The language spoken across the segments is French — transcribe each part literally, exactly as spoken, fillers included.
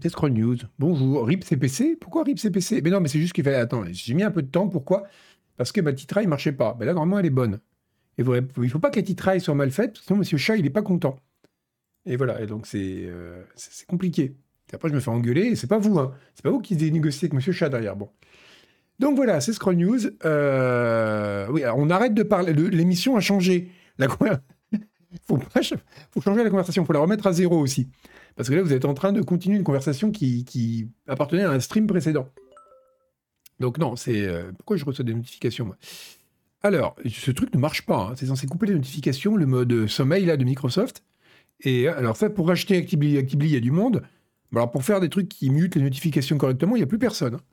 c'est Scroll News. Bonjour. R I P C P C? Pourquoi R I P C P C? Mais non, mais c'est juste qu'il fallait... Attends, j'ai mis un peu de temps. Pourquoi? Parce que ma titraille ne marchait pas. Ben là, normalement, elle est bonne. Et vous- il ne faut pas que la titraille soit mal faite, sinon Monsieur Chat, il n'est pas content. Et voilà, et donc c'est euh, c'est c'est compliqué. Et après, je me fais engueuler, et c'est pas vous, hein. C'est pas vous qui négociez avec Monsieur Chat derrière. Bon. Donc voilà, c'est Scroll News. Euh, Oui, alors on arrête de parler. le- L'émission a changé. La... conver- faut, pas... faut changer la conversation, faut la remettre à zéro aussi. Parce que là, vous êtes en train de continuer une conversation qui, qui appartenait à un stream précédent. Donc non, c'est... euh, Pourquoi je reçois des notifications, moi? Alors, ce truc ne marche pas, hein. C'est censé couper les notifications, le mode sommeil là de Microsoft. Et alors ça, pour acheter Actibli, Actibli, il y a du monde. Mais alors pour faire des trucs qui mutent les notifications correctement, il n'y a plus personne, hein.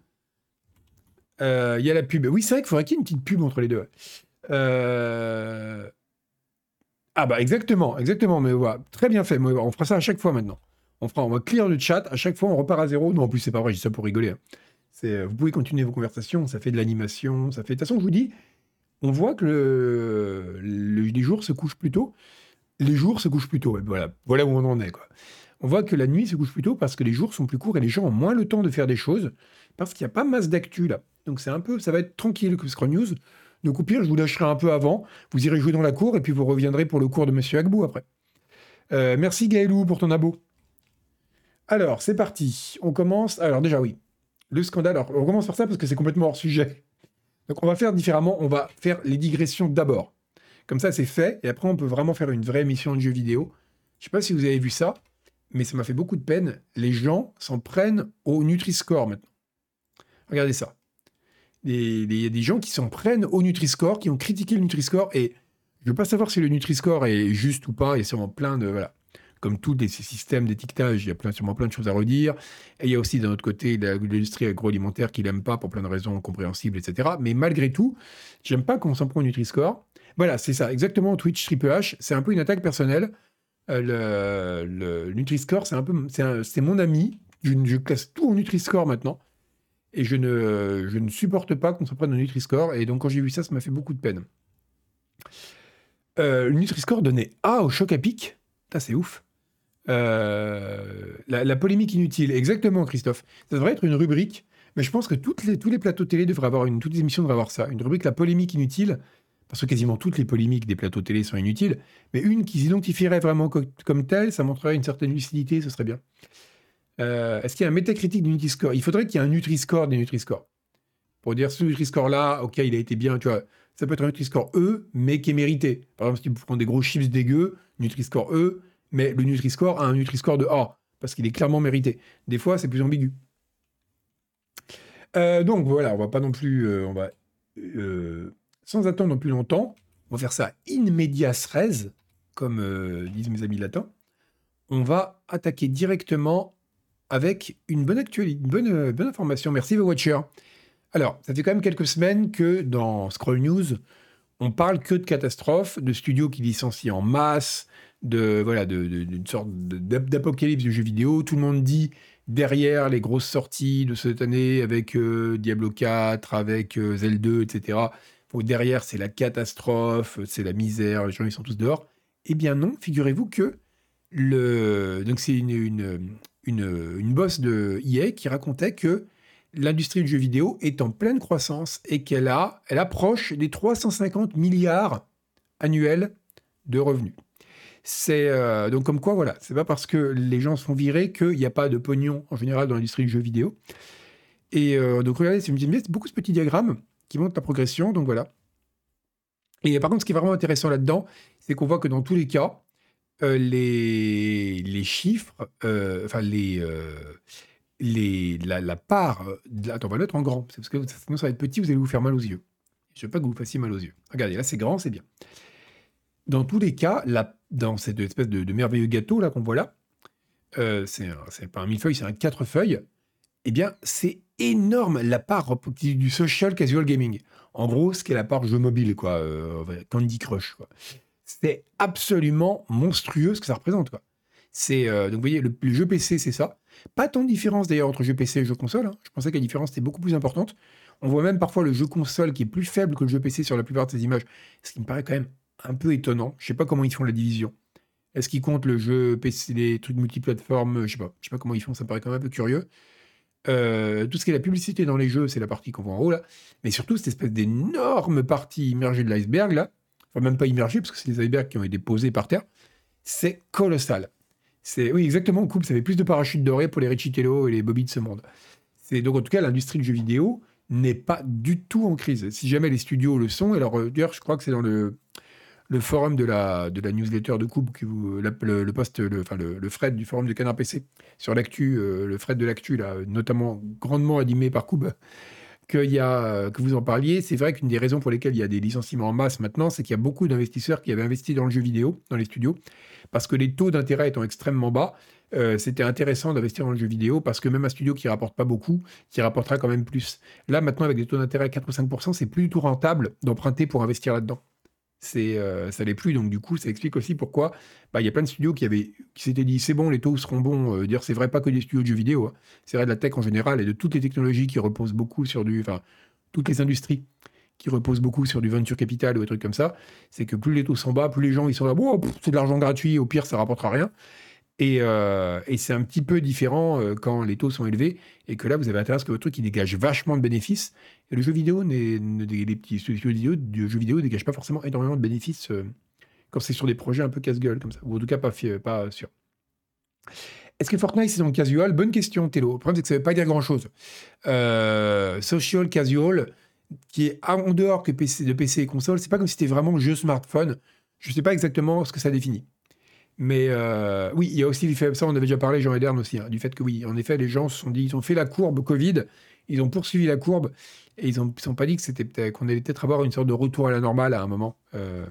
Euh, Il y a la pub. Oui, c'est vrai qu'il faudrait qu'il y ait une petite pub entre les deux. Euh, Ah bah exactement, exactement. Mais voilà, très bien fait. Mais on fera ça à chaque fois maintenant. On fera, on va clear le chat. À chaque fois, on repart à zéro. Non, en plus, c'est pas vrai. Je dis ça pour rigoler, hein. C'est, euh, vous pouvez continuer vos conversations. Ça fait de l'animation. Ça fait. De toute façon, je vous dis, on voit que le, le- les jours se couchent plus tôt. Les jours se couchent plus tôt. Et voilà, voilà où on en est, quoi. On voit que la nuit se couche plus tôt parce que les jours sont plus courts et les gens ont moins le temps de faire des choses parce qu'il n'y a pas masse d'actu là. Donc c'est un peu, ça va être tranquille que Scroll News. Donc au pire, je vous lâcherai un peu avant. Vous irez jouer dans la cour et puis vous reviendrez pour le cours de Monsieur Agbou après. Euh, merci Gaëlou pour ton abo. Alors c'est parti. On commence. Alors déjà oui, le scandale. Alors on commence par ça parce que c'est complètement hors sujet. Donc on va faire différemment. On va faire les digressions d'abord. Comme ça c'est fait et après on peut vraiment faire une vraie émission de jeux vidéo. Je sais pas si vous avez vu ça, mais ça m'a fait beaucoup de peine. Les gens s'en prennent au Nutri-Score maintenant. Regardez ça. Il y a des gens qui s'en prennent au Nutri-Score, qui ont critiqué le Nutri-Score, et je ne veux pas savoir si le Nutri-Score est juste ou pas, il y a sûrement plein de... Voilà. Comme tous les systèmes d'étiquetage, il y a plein, sûrement plein de choses à redire. Et il y a aussi d'un autre côté la- l'industrie agroalimentaire qui l'aime pas pour plein de raisons compréhensibles, et cetera. Mais malgré tout, j'aime pas qu'on s'en prend au Nutri-Score. Voilà, c'est ça, exactement. Twitch Triple H, c'est un peu une attaque personnelle. Euh, le, le Nutri-Score, c'est un peu, c'est un- c'est mon ami. Je, je classe tout au Nutri-Score maintenant. Et je ne, je ne supporte pas qu'on se prenne au Nutri-Score. Et donc, quand j'ai vu ça, ça m'a fait beaucoup de peine. Euh, le Nutri-Score donnait A au choc à pic. Ça, c'est ouf. Euh, la, la polémique inutile. Exactement, Christophe. Ça devrait être une rubrique. Mais je pense que toutes les, tous les plateaux télé devraient avoir une, toutes les émissions devraient avoir ça. Une rubrique, la polémique inutile. Parce que quasiment toutes les polémiques des plateaux télé sont inutiles. Mais une qui s'identifierait vraiment co- comme telle, ça montrerait une certaine lucidité, ce serait bien. Euh, est-ce qu'il y a un métacritique du Nutri-Score? Il faudrait qu'il y ait un Nutri-Score des Nutri-Score. Pour dire ce Nutri-Score-là, ok, il a été bien, tu vois. Ça peut être un Nutri-Score E, mais qui est mérité. Par exemple, si tu prends des gros chips dégueux, Nutri-Score E, mais le Nutri-Score a un Nutri-Score de A, parce qu'il est clairement mérité. Des fois, c'est plus ambigu. Euh, donc voilà, on va pas non plus... euh, on va, euh, sans attendre non plus longtemps, on va faire ça in medias res, comme euh, disent mes amis latins. On va attaquer directement avec une bonne actualité, une bonne, euh, bonne information. Merci, The Watcher. Alors, ça fait quand même quelques semaines que dans Scroll News, on parle que de catastrophes, de studios qui licencient en masse, de voilà, de, de- d'une sorte de- d'ap- d'apocalypse de jeux vidéo. Tout le monde dit derrière les grosses sorties de cette année avec euh, Diablo quatre, avec euh, Zelda deux, et cetera. Bon, derrière, c'est la catastrophe, c'est la misère, les gens ils sont tous dehors. Eh bien non, figurez-vous que le donc c'est une, une, une, une boss de E A qui racontait que l'industrie du jeu vidéo est en pleine croissance et qu'elle a, elle approche des trois cent cinquante milliards annuels de revenus. C'est euh, donc comme quoi, voilà, c'est pas parce que les gens sont virés qu'il n'y a pas de pognon en général dans l'industrie du jeu vidéo. Et euh, donc regardez, c'est, c'est beaucoup ce petit diagramme qui montre la progression, donc voilà. Et par contre, ce qui est vraiment intéressant là-dedans, c'est qu'on voit que dans tous les cas, euh, les, les chiffres, euh, enfin les, euh, les, la, la part... euh, de la- Attends, on va le mettre en grand, parce que sinon ça va être petit, vous allez vous faire mal aux yeux. Je veux pas que vous vous fassiez mal aux yeux. Regardez, là c'est grand, c'est bien. Dans tous les cas, la- dans cette espèce de, de merveilleux gâteau là qu'on voit là, euh, c'est un- c'est pas un millefeuille, c'est un quatre feuilles, eh bien c'est énorme la part du du social casual gaming. En gros, ce qu'est la part jeu mobile, quoi, euh, Candy Crush, quoi. C'est absolument monstrueux ce que ça représente, quoi. C'est, euh, donc vous voyez, le, le jeu P C, c'est ça. Pas tant de différence d'ailleurs entre jeu P C et jeu console, hein. Je pensais que la différence était beaucoup plus importante. On voit même parfois le jeu console qui est plus faible que le jeu P C sur la plupart de ces images, ce qui me paraît quand même un peu étonnant. Je sais pas comment ils font la division. Est-ce qu'ils comptent le jeu P C, les trucs multiplateformes? Je sais pas. Je sais pas comment ils font, ça me paraît quand même un peu curieux. Euh, tout ce qui est la publicité dans les jeux, c'est la partie qu'on voit en haut, là. Mais surtout, cette espèce d'énorme partie immergée de l'iceberg, là. Enfin, même pas immergée, parce que c'est des icebergs qui ont été posés par terre. C'est colossal. C'est, oui, exactement, coupe, ça fait plus de parachutes dorés pour les Richitello et les Bobby de ce monde. C'est, donc, en tout cas, l'industrie du jeu vidéo n'est pas du tout en crise. Si jamais les studios le sont, alors, euh, d'ailleurs, je crois que c'est dans le, le forum de la, de la newsletter de Coupe, que vous, la- le, le post, le, enfin, le, le thread du forum de Canard P C, sur l'actu, euh, le thread de l'actu, là, notamment grandement animé par Coupe, qu'il y a, euh, que vous en parliez. C'est vrai qu'une des raisons pour lesquelles il y a des licenciements en masse maintenant, c'est qu'il y a beaucoup d'investisseurs qui avaient investi dans le jeu vidéo, dans les studios, parce que les taux d'intérêt étant extrêmement bas, euh, c'était intéressant d'investir dans le jeu vidéo, parce que même un studio qui rapporte pas beaucoup, qui rapportera quand même plus. Là, maintenant, avec des taux d'intérêt à quatre ou cinq pour cent, c'est plus du tout rentable d'emprunter pour investir là-dedans. C'est, euh, ça l'est plus, donc du coup, ça explique aussi pourquoi bah, il y a plein de studios qui, avaient, qui s'étaient dit c'est bon, les taux seront bons. Euh, dire c'est vrai, pas que des studios de jeux vidéo, hein. C'est vrai de la tech en général et de toutes les technologies qui reposent beaucoup sur du. Enfin, toutes les industries qui reposent beaucoup sur du venture capital ou des trucs comme ça. C'est que plus les taux sont bas, plus les gens ils sont là, bon, pff, c'est de l'argent gratuit, au pire, ça rapportera rien. Et, euh, et c'est un petit peu différent euh, quand les taux sont élevés et que là, vous avez intérêt à ce que votre truc il dégage vachement de bénéfices. Et le jeu vidéo, n'est, ne dé- les petits studios vidéo, de jeux vidéo ne dégagent pas forcément énormément de bénéfices euh, quand c'est sur des projets un peu casse-gueule comme ça, ou en tout cas pas, fi- pas sûr. Est-ce que Fortnite c'est dans le casual? Bonne question, Tello. Le problème c'est que ça ne veut pas dire grand-chose. Euh, social casual, qui est en dehors que P C, de P C et console, c'est pas comme si c'était vraiment jeu smartphone. Je sais pas exactement ce que ça définit. Mais euh, oui, il y a aussi l'effet, ça on avait déjà parlé, Jean Edern aussi, hein, du fait que oui, en effet, les gens se sont dit, ils ont fait la courbe Covid, ils ont poursuivi la courbe, et ils ne sont pas dit que c'était peut-être- qu'on allait peut-être avoir une sorte de retour à la normale à un moment. Euh,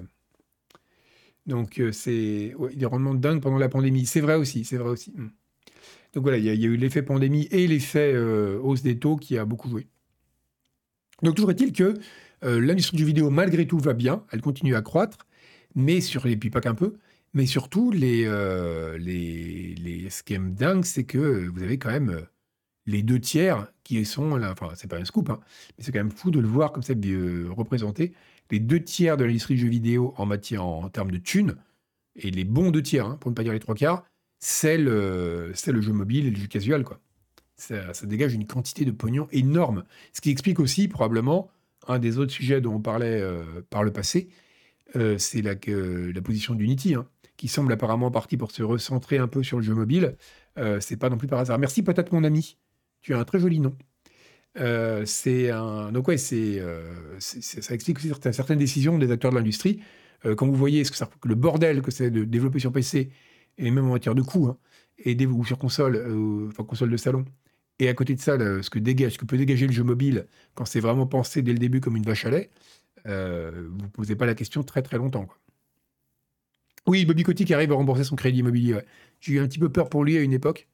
donc euh, c'est ouais, des rendements dingues pendant la pandémie. C'est vrai aussi, c'est vrai aussi. Hmm. Donc voilà, il y, a il y a eu l'effet pandémie et l'effet euh, hausse des taux qui a beaucoup joué. Donc toujours est-il que euh, l'industrie du vidéo, malgré tout, va bien, elle continue à croître, mais sur, et puis pas qu'un peu, mais surtout, les, euh, les, les, ce qui est dingue, c'est que euh, vous avez quand même euh, les deux tiers qui sont là, enfin, c'est pas un scoop, hein, mais c'est quand même fou de le voir comme ça euh, représenté. Les deux tiers de l'industrie du jeu vidéo en matière, en, en termes de thunes, et les bons deux tiers, hein, pour ne pas dire les trois quarts, c'est le, c'est le jeu mobile et le jeu casual, quoi. Ça, ça dégage une quantité de pognon énorme. Ce qui explique aussi, probablement, un des autres sujets dont on parlait euh, par le passé, euh, c'est la, que- la position d'Unity, hein, qui semble apparemment partie pour se recentrer un peu sur le jeu mobile. Euh, c'est pas non plus par hasard. Merci peut-être mon ami. Tu as un très joli nom. Euh, c'est un... Donc ouais, c'est, euh, c'est- c'est- ça explique aussi certaines, certaines décisions des acteurs de l'industrie. Euh, quand vous voyez ce que ça, le bordel que c'est de développer sur P C, et même en matière de coûts, hein, et dé- ou sur console, euh, enfin console de salon, et à côté de ça, là, ce que dégage, ce que peut dégager le jeu mobile quand c'est vraiment pensé dès le début comme une vache à lait, euh, vous ne posez pas la question très très longtemps, quoi. Oui, Bobby Kotick arrive à rembourser son crédit immobilier. Ouais. J'ai eu un petit peu peur pour lui à une époque.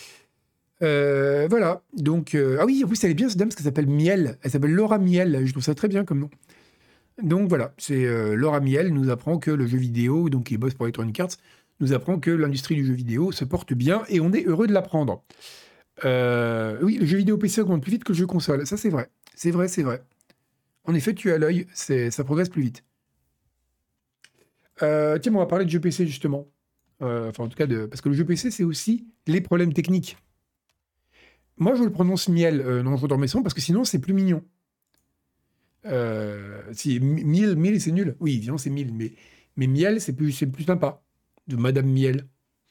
Euh, voilà. Donc, euh, ah oui, en plus, elle est bien, cette dame, parce qu'elle s'appelle Miel. Elle s'appelle Laura Miel. Je trouve ça très bien comme nom. Donc voilà, c'est euh, Laura Miel nous apprend que le jeu vidéo, donc qui bosse pour Electronic Arts, nous apprend que l'industrie du jeu vidéo se porte bien et on est heureux de l'apprendre. Euh, oui, le jeu vidéo P C augmente plus vite que le jeu console. Ça, c'est vrai. C'est vrai, c'est vrai. En effet, tu as l'œil, c'est, ça progresse plus vite. Euh, tiens, on va parler de jeu P C justement. Euh, enfin, en tout cas, de... parce que le jeu P C, c'est aussi les problèmes techniques. Moi, je le prononce miel, euh, non, je dans mes sons, parce que sinon, c'est plus mignon. Euh, si, mi- mille, mille, c'est nul. Oui, évidemment, c'est mille, mais, mais miel, c'est plus, c'est plus sympa. De Madame Miel.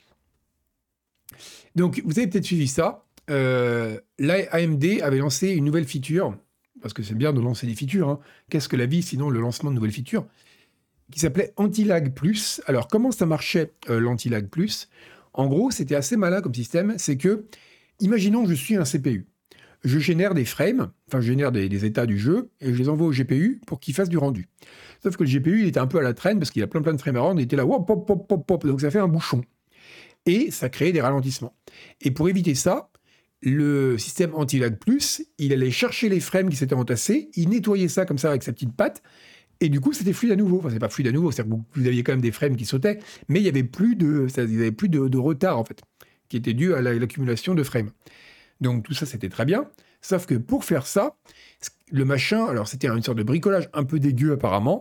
Donc, vous avez peut-être suivi ça. Euh, là, A M D avait lancé une nouvelle feature, parce que c'est bien de lancer des features, hein. Qu'est-ce que la vie, sinon le lancement de nouvelles features, qui s'appelait Anti-Lag Plus. Alors, comment ça marchait, euh, l'Anti-Lag Plus? En gros, c'était assez malin comme système. C'est que, imaginons que je suis un C P U. Je génère des frames, enfin, je génère des, des états du jeu, et je les envoie au G P U pour qu'il fasse du rendu. Sauf que le G P U, il était un peu à la traîne, parce qu'il a plein plein de frames à rendre, il était là, hop, hop, hop, hop, hop, donc ça fait un bouchon. Et ça créait des ralentissements. Et pour éviter ça, le système Anti-Lag Plus, il allait chercher les frames qui s'étaient entassés, il nettoyait ça comme ça avec sa petite patte, et du coup, c'était fluide à nouveau. Enfin, c'est pas fluide à nouveau, c'est-à-dire que vous aviez quand même des frames qui sautaient, mais il n'y avait plus de, ça, il y avait plus de, de retard, en fait, qui était dû à la- l'accumulation de frames. Donc tout ça, c'était très bien. Sauf que pour faire ça, le machin, alors c'était une sorte de bricolage un peu dégueu apparemment,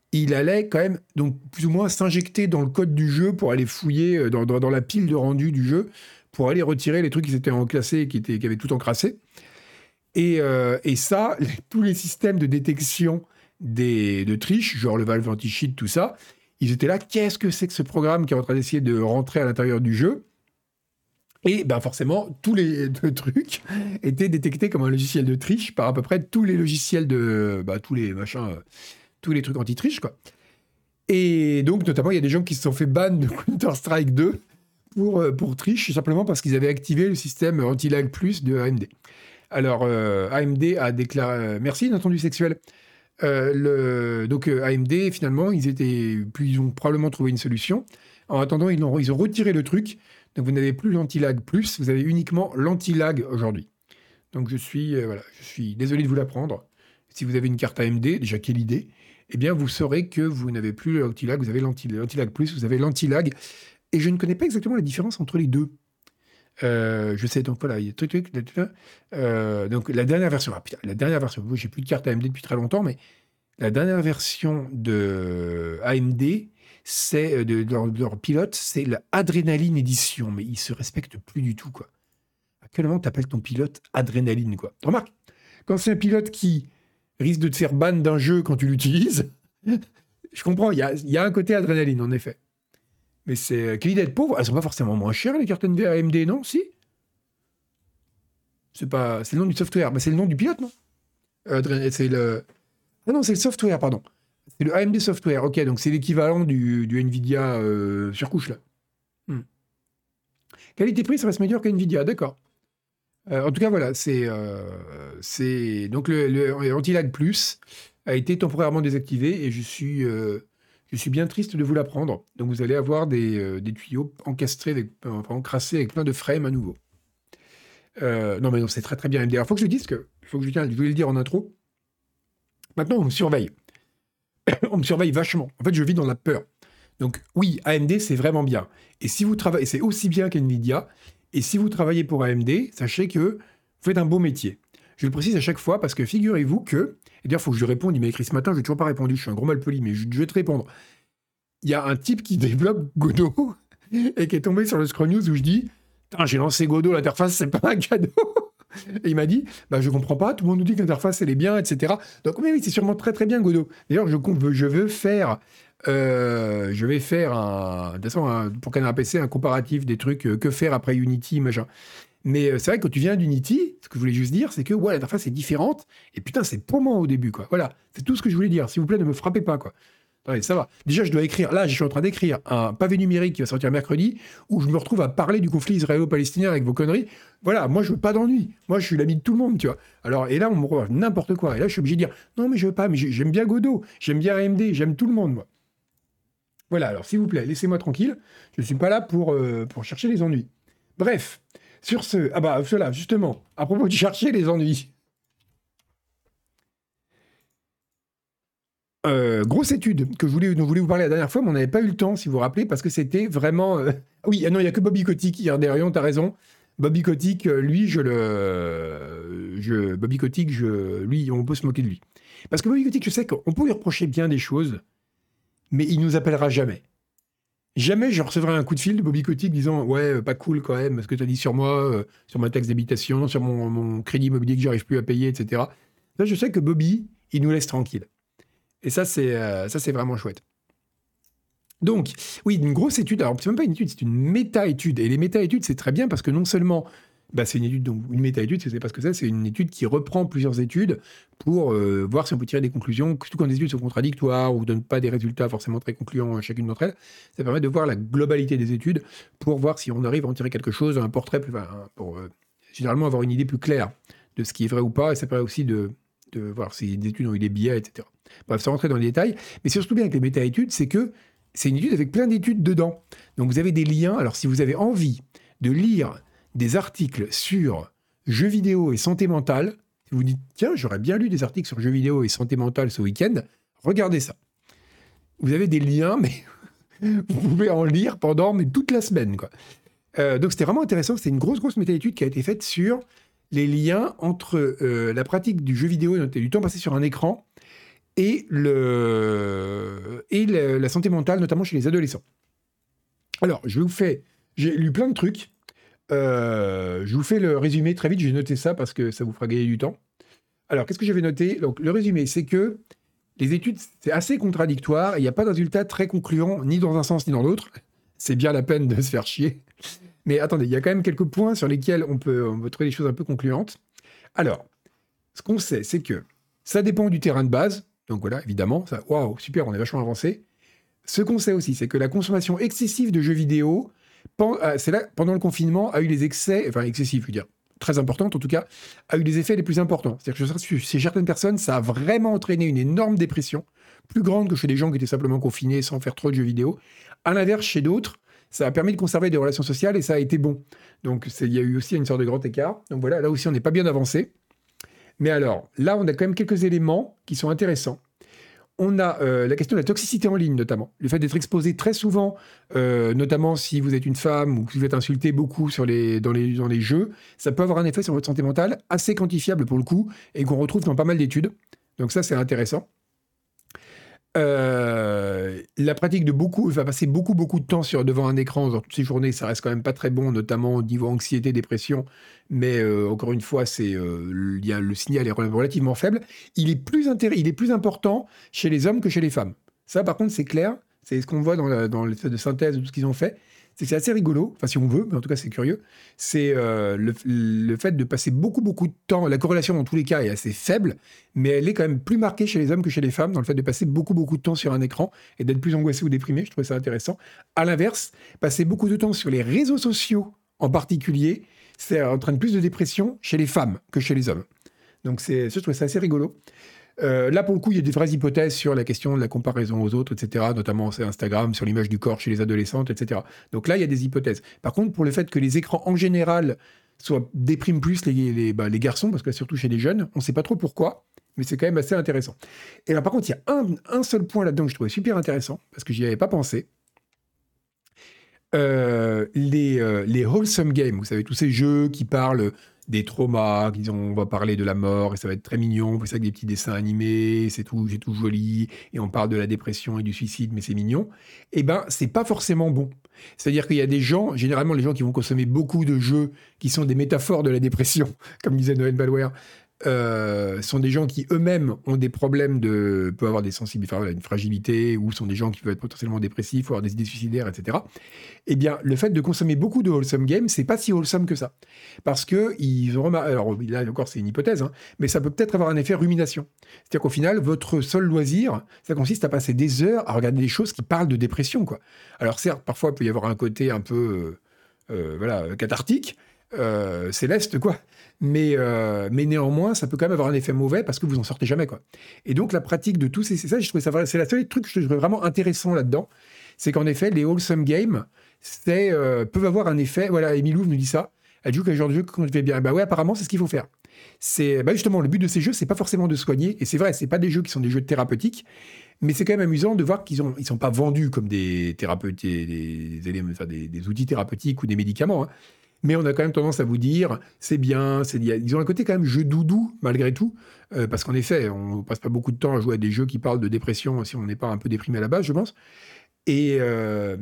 il allait quand même, donc plus ou moins, s'injecter dans le code du jeu pour aller fouiller euh, dans, dans, dans la pile de rendu du jeu, pour aller retirer les trucs qui étaient enclassés, qui, étaient, qui avaient tout encrassé. Et, euh, et ça, les- tous les systèmes de détection des, de triche, genre le Valve Anti-Cheat, tout ça, ils étaient là, qu'est-ce que c'est que ce programme qui est en train d'essayer de rentrer à l'intérieur du jeu? Et ben forcément, tous les deux trucs étaient détectés comme un logiciel de triche par à peu près tous les logiciels de... Bah, tous les machins, euh, tous les trucs anti-triche, quoi. Et donc, notamment, il y a des gens qui se sont fait ban de Counter-Strike deux pour, euh, pour triche, simplement parce qu'ils avaient activé le système anti-lag plus de A M D. Alors, euh, A M D a déclaré... euh, merci, d'intendu sexuel. Euh, le, donc, euh, A M D, finalement, ils étaient... Puis ils ont probablement trouvé une solution. En attendant, ils ont, ils ont retiré le truc. Donc, vous n'avez plus l'anti-lag plus, vous avez uniquement l'anti-lag aujourd'hui. Donc, je suis, euh, voilà, je suis désolé de vous l'apprendre. Si vous avez une carte A M D, déjà, quelle idée, eh bien, vous saurez que vous n'avez plus l'anti-lag, vous avez l'anti- l'anti-lag plus, vous avez l'anti-lag. Et je ne connais pas exactement la différence entre les deux. Euh, je sais, donc voilà, il y a truc, truc, truc, truc, euh, donc la dernière version, ah, putain, la dernière version, moi, j'ai plus de carte A M D depuis très longtemps, mais la dernière version de A M D, c'est euh, de, de leur, de leur pilote, c'est l'Adrénaline Edition, mais ils se respectent plus du tout, quoi. À quel moment t'appelles ton pilote Adrénaline, quoi? Remarque, quand c'est un pilote qui risque de te faire ban d'un jeu quand tu l'utilises, je comprends, il y a, il y a un côté Adrénaline, en effet. Mais c'est quelle idée d'être pauvre. Elles sont pas forcément moins chères, les cartes A M D, non? Si? C'est pas, c'est le nom du software, mais c'est le nom du pilote, non? Euh, Adré- c'est le, ah non, c'est le software, pardon. C'est le A M D Software. Ok, donc c'est l'équivalent du, du Nvidia euh, surcouche là. Hmm. Qualité-prix, ça reste meilleur qu'Nvidia, d'accord. Euh, en tout cas, voilà, c'est, euh, c'est donc le, le Anti-Lag Plus a été temporairement désactivé et je suis, euh, je suis bien triste de vous l'apprendre. Donc vous allez avoir des, euh, des tuyaux encastrés, avec, enfin, encrassés avec plein de frames à nouveau. Euh, non, mais non, c'est très très bien. Il faut que je le dise, que, faut que je, tiens, je voulais le dire en intro. Maintenant, on me surveille. On me surveille vachement. En fait, je vis dans la peur. Donc oui, A M D, c'est vraiment bien. Et si vous travaillez, c'est aussi bien qu'NVIDIA. Et si vous travaillez pour A M D, sachez que vous faites un beau métier. Je le précise à chaque fois parce que figurez-vous que, et d'ailleurs, il faut que je lui réponde, il m'a écrit ce matin, je n'ai toujours pas répondu, je suis un gros malpoli, mais je, je vais te répondre. Il y a un type qui développe Godot et qui est tombé sur le Scroll News où je dis, putain, j'ai lancé Godot, l'interface, c'est pas un cadeau. Et il m'a dit, bah, je comprends pas, tout le monde nous dit que l'interface, elle est bien, et cetera. Donc, oui, oui, c'est sûrement très, très bien, Godot. D'ailleurs, je, compte- je veux faire, euh, je vais faire, un, de toute façon, un- pour Canard P C, un comparatif des trucs, euh, que faire après Unity, machin. Mais euh, c'est vrai que quand tu viens d'Unity, ce que je voulais juste dire, c'est que, ouais, l'interface est différente, et putain, c'est paumant au début, quoi. Voilà, c'est tout ce que je voulais dire. S'il vous plaît, ne me frappez pas, quoi. Allez, ça va. Déjà, je dois écrire, là, je suis en train d'écrire un pavé numérique qui va sortir mercredi, où je me retrouve à parler du conflit israélo-palestinien avec vos conneries. Voilà, moi, je veux pas d'ennui. Moi, je suis l'ami de tout le monde, tu vois. Alors, et là, on me revoit n'importe quoi. Et là, je suis obligé de dire, non, mais je veux pas, mais j'ai- j'aime bien Godot, j'aime bien A M D, j'aime tout le monde, moi. Voilà, alors, s'il vous plaît, laissez-moi tranquille. Je suis pas là pour, euh, pour chercher les ennuis. Bref, sur ce, ah bah, cela, justement, à propos de chercher les ennuis. Euh, grosse étude que je voulais, dont je voulais vous parler la dernière fois, mais on n'avait pas eu le temps, si vous vous rappelez, parce que c'était vraiment... euh, ah oui, ah non, il n'y a que Bobby Kotick hier derrière, t'as raison. Bobby Kotick, euh, lui, je le... Je... Bobby Kotick, je... lui, on peut se moquer de lui. Parce que Bobby Kotick, je sais qu'on peut lui reprocher bien des choses, mais il nous appellera jamais. Jamais je recevrai un coup de fil de Bobby Kotick disant «Ouais, euh, pas cool quand même, ce que tu as dit sur moi, euh, sur ma taxe d'habitation, sur mon, mon crédit immobilier que j'arrive plus à payer, et cetera» Là, je sais que Bobby, il nous laisse tranquille. Et ça, c'est euh, ça, c'est vraiment chouette. Donc, oui, une grosse étude. Alors, c'est même pas une étude, c'est une méta-étude. Et les méta-études, c'est très bien parce que non seulement, bah, c'est une étude, donc une méta-étude, si vous savez pas ce que c'est, c'est une étude qui reprend plusieurs études pour euh, voir si on peut tirer des conclusions, surtout quand les études sont contradictoires ou ne donnent pas des résultats forcément très concluants à chacune d'entre elles. Ça permet de voir la globalité des études pour voir si on arrive à en tirer quelque chose, un portrait plus, enfin, pour euh, généralement avoir une idée plus claire de ce qui est vrai ou pas. Et ça permet aussi de, de voir si les études ont eu des biais, et cetera. Bref, sans rentrer dans les détails. Mais surtout bien avec les méta-études, c'est que c'est une étude avec plein d'études dedans. Donc vous avez des liens. Alors si vous avez envie de lire des articles sur jeux vidéo et santé mentale, si vous vous dites, tiens, j'aurais bien lu des articles sur jeux vidéo et santé mentale ce week-end, regardez ça. Vous avez des liens, mais vous pouvez en lire pendant mais toute la semaine, quoi. Euh, donc c'était vraiment intéressant. C'était une grosse, grosse méta-étude qui a été faite sur les liens entre euh, la pratique du jeu vidéo et du temps passé sur un écran et, le, et le, la santé mentale, notamment chez les adolescents. Alors, je vous fais... J'ai lu plein de trucs. Euh, je vous fais le résumé très vite. J'ai noté ça parce que ça vous fera gagner du temps. Alors, qu'est-ce que j'avais noté? Donc, le résumé, c'est que les études, c'est assez contradictoire. Il n'y a pas de résultat très concluant, ni dans un sens, ni dans l'autre. C'est bien la peine de se faire chier. Mais attendez, il y a quand même quelques points sur lesquels on peut, on peut trouver des choses un peu concluantes. Alors, ce qu'on sait, c'est que ça dépend du terrain de base. Donc voilà, évidemment, ça, waouh, super, on est vachement avancé. Ce qu'on sait aussi, c'est que la consommation excessive de jeux vidéo, pen- euh, c'est là, pendant le confinement, a eu les excès, enfin excessifs, je veux dire, très importante en tout cas, a eu les effets les plus importants. C'est-à-dire que chez certaines personnes, ça a vraiment entraîné une énorme dépression, plus grande que chez des gens qui étaient simplement confinés sans faire trop de jeux vidéo. À l'inverse, chez d'autres, ça a permis de conserver des relations sociales et ça a été bon. Donc c'est- il y a eu aussi une sorte de grand écart. Donc voilà, là aussi, on n'est pas bien avancé. Mais alors, là, on a quand même quelques éléments qui sont intéressants. On a euh, la question de la toxicité en ligne, notamment. Le fait d'être exposé très souvent, euh, notamment si vous êtes une femme ou que vous êtes insulté beaucoup sur les, dans, les, dans les jeux, ça peut avoir un effet sur votre santé mentale assez quantifiable pour le coup et qu'on retrouve dans pas mal d'études. Donc ça, c'est intéressant. Euh, la pratique de beaucoup, va passer beaucoup, beaucoup de temps sur, devant un écran dans toutes ces journées, ça reste quand même pas très bon, notamment au niveau anxiété, dépression. Mais euh, encore une fois, c'est, euh, le, il y a- le signal est relativement faible. Il est, plus intér- il est plus important chez les hommes que chez les femmes. Ça, par contre, c'est clair. C'est ce qu'on voit dans, la- dans l'effet de synthèse de tout ce qu'ils ont fait. C'est que c'est assez rigolo, enfin si on veut, mais en tout cas c'est curieux. C'est euh, le, le fait de passer beaucoup, beaucoup de temps. La corrélation dans tous les cas est assez faible, mais elle est quand même plus marquée chez les hommes que chez les femmes dans le fait de passer beaucoup, beaucoup de temps sur un écran et d'être plus angoissé ou déprimé. Je trouvais ça intéressant. À l'inverse, passer beaucoup de temps sur les réseaux sociaux en particulier, ça entraîne plus de dépression chez les femmes que chez les hommes. Donc c'est, ça, je trouvais ça assez rigolo. Euh, là, pour le coup, il y a des vraies hypothèses sur la question de la comparaison aux autres, et cetera, notamment sur Instagram, sur l'image du corps chez les adolescentes, et cetera. Donc là, il y a des hypothèses. Par contre, pour le fait que les écrans, en général, soient, dépriment plus les, les, bah, les garçons, parce que surtout chez les jeunes, on ne sait pas trop pourquoi, mais c'est quand même assez intéressant. Et là, par contre, il y a un, un seul point là-dedans que je trouvais super intéressant, parce que j'y avais pas pensé. Euh, les, euh, les wholesome games, vous savez, tous ces jeux qui parlent des traumas, qui ont, on va parler de la mort, et ça va être très mignon, c'est ça avec des petits dessins animés, c'est tout, c'est tout joli, et on parle de la dépression et du suicide, mais c'est mignon, eh ben, c'est pas forcément bon. C'est-à-dire qu'il y a des gens, généralement les gens qui vont consommer beaucoup de jeux qui sont des métaphores de la dépression, comme disait Noël Balware, euh, sont des gens qui eux-mêmes ont des problèmes de, peuvent avoir des sensibilités, enfin, voilà, une fragilité, ou sont des gens qui peuvent être potentiellement dépressifs, ou avoir des idées suicidaires, et cetera. Eh bien, le fait de consommer beaucoup de wholesome games, c'est pas si wholesome que ça. Parce que ils ont remarqué, alors là encore c'est une hypothèse, hein, mais ça peut peut-être avoir un effet rumination. C'est-à-dire qu'au final, votre seul loisir, ça consiste à passer des heures à regarder des choses qui parlent de dépression, quoi. Alors certes, parfois il peut y avoir un côté un peu, euh, euh, voilà, cathartique, euh, céleste, quoi. Mais, euh, mais néanmoins, ça peut quand même avoir un effet mauvais parce que vous en sortez jamais, quoi. Et donc la pratique de tous ces, c'est ça, je trouvais ça, c'est la seule truc que je trouvais vraiment intéressant là-dedans, c'est qu'en effet, les wholesome games c'est, euh, peuvent avoir un effet. Voilà, Emilou nous dit ça. Elle joue quel genre de jeu quand je vais bien. Bah ouais, apparemment, c'est ce qu'il faut faire. C'est bah justement le but de ces jeux, c'est pas forcément de soigner. Et c'est vrai, c'est pas des jeux qui sont des jeux thérapeutiques, mais c'est quand même amusant de voir qu'ils ont, ils sont pas vendus comme des thérapeutes, des, des, éléments- enfin, des, des outils thérapeutiques ou des médicaments, hein. Mais on a quand même tendance à vous dire, c'est bien, c'est, ils ont un côté quand même jeu doudou, malgré tout, euh, parce qu'en effet, on passe pas beaucoup de temps à jouer à des jeux qui parlent de dépression si on n'est pas un peu déprimé à la base, je pense. Et, euh,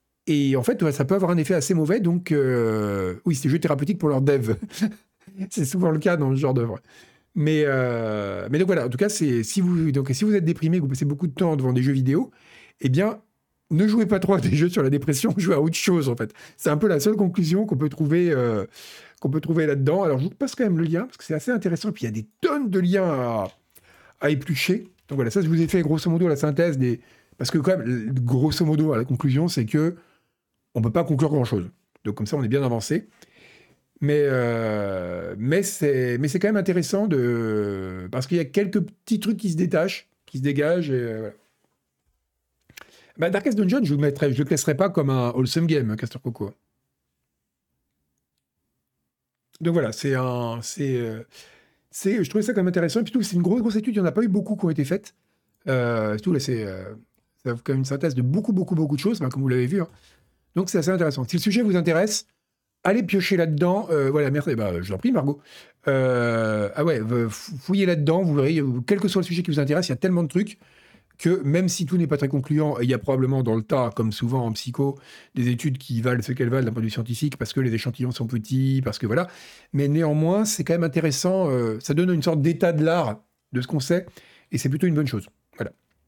et en fait, ouais, ça peut avoir un effet assez mauvais. Donc, euh, oui, c'est des jeux thérapeutiques pour leurs devs. C'est souvent le cas dans ce genre d'œuvre. Mais, euh, mais donc voilà, en tout cas, c'est, si, vous, donc, si vous êtes déprimé, que vous passez beaucoup de temps devant des jeux vidéo, eh bien, ne jouez pas trop à des jeux sur la dépression, jouez à autre chose, en fait. C'est un peu la seule conclusion qu'on peut trouver, euh, qu'on peut trouver là-dedans. Alors, je vous passe quand même le lien, parce que c'est assez intéressant. Et puis, il y a des tonnes de liens à, à éplucher. Donc voilà, ça, je vous ai fait grosso modo la synthèse des... Parce que quand même, grosso modo, à la conclusion, c'est que on ne peut pas conclure grand-chose. Donc comme ça, on est bien avancé. Mais, euh, mais, c'est, mais c'est quand même intéressant de... parce qu'il y a quelques petits trucs qui se détachent, qui se dégagent. Et, euh, voilà. Bah, Darkest Dungeon, je ne le, le classerai pas comme un wholesome game, Castor Coco. Donc voilà, c'est un... C'est, euh, c'est, je trouvais ça quand même intéressant. Et puis tout, c'est une grosse, grosse étude, il n'y en a pas eu beaucoup qui ont été faites. Euh, tout, là, c'est, euh, c'est quand même une synthèse de beaucoup, beaucoup, beaucoup de choses, ben, comme vous l'avez vu, hein. Donc c'est assez intéressant. Si le sujet vous intéresse, allez piocher là-dedans. Euh, voilà, merci. Bah, je vous en prie, Margot. Euh, ah ouais, euh, fou- fouillez là-dedans, vous verrez, euh, quel que soit le sujet qui vous intéresse, il y a tellement de trucs que même si tout n'est pas très concluant, il y a probablement dans le tas, comme souvent en psycho, des études qui valent ce qu'elles valent d'un point de vue scientifique, parce que les échantillons sont petits, parce que voilà. Mais néanmoins, c'est quand même intéressant, euh, ça donne une sorte d'état de l'art de ce qu'on sait, et c'est plutôt une bonne chose. Voilà.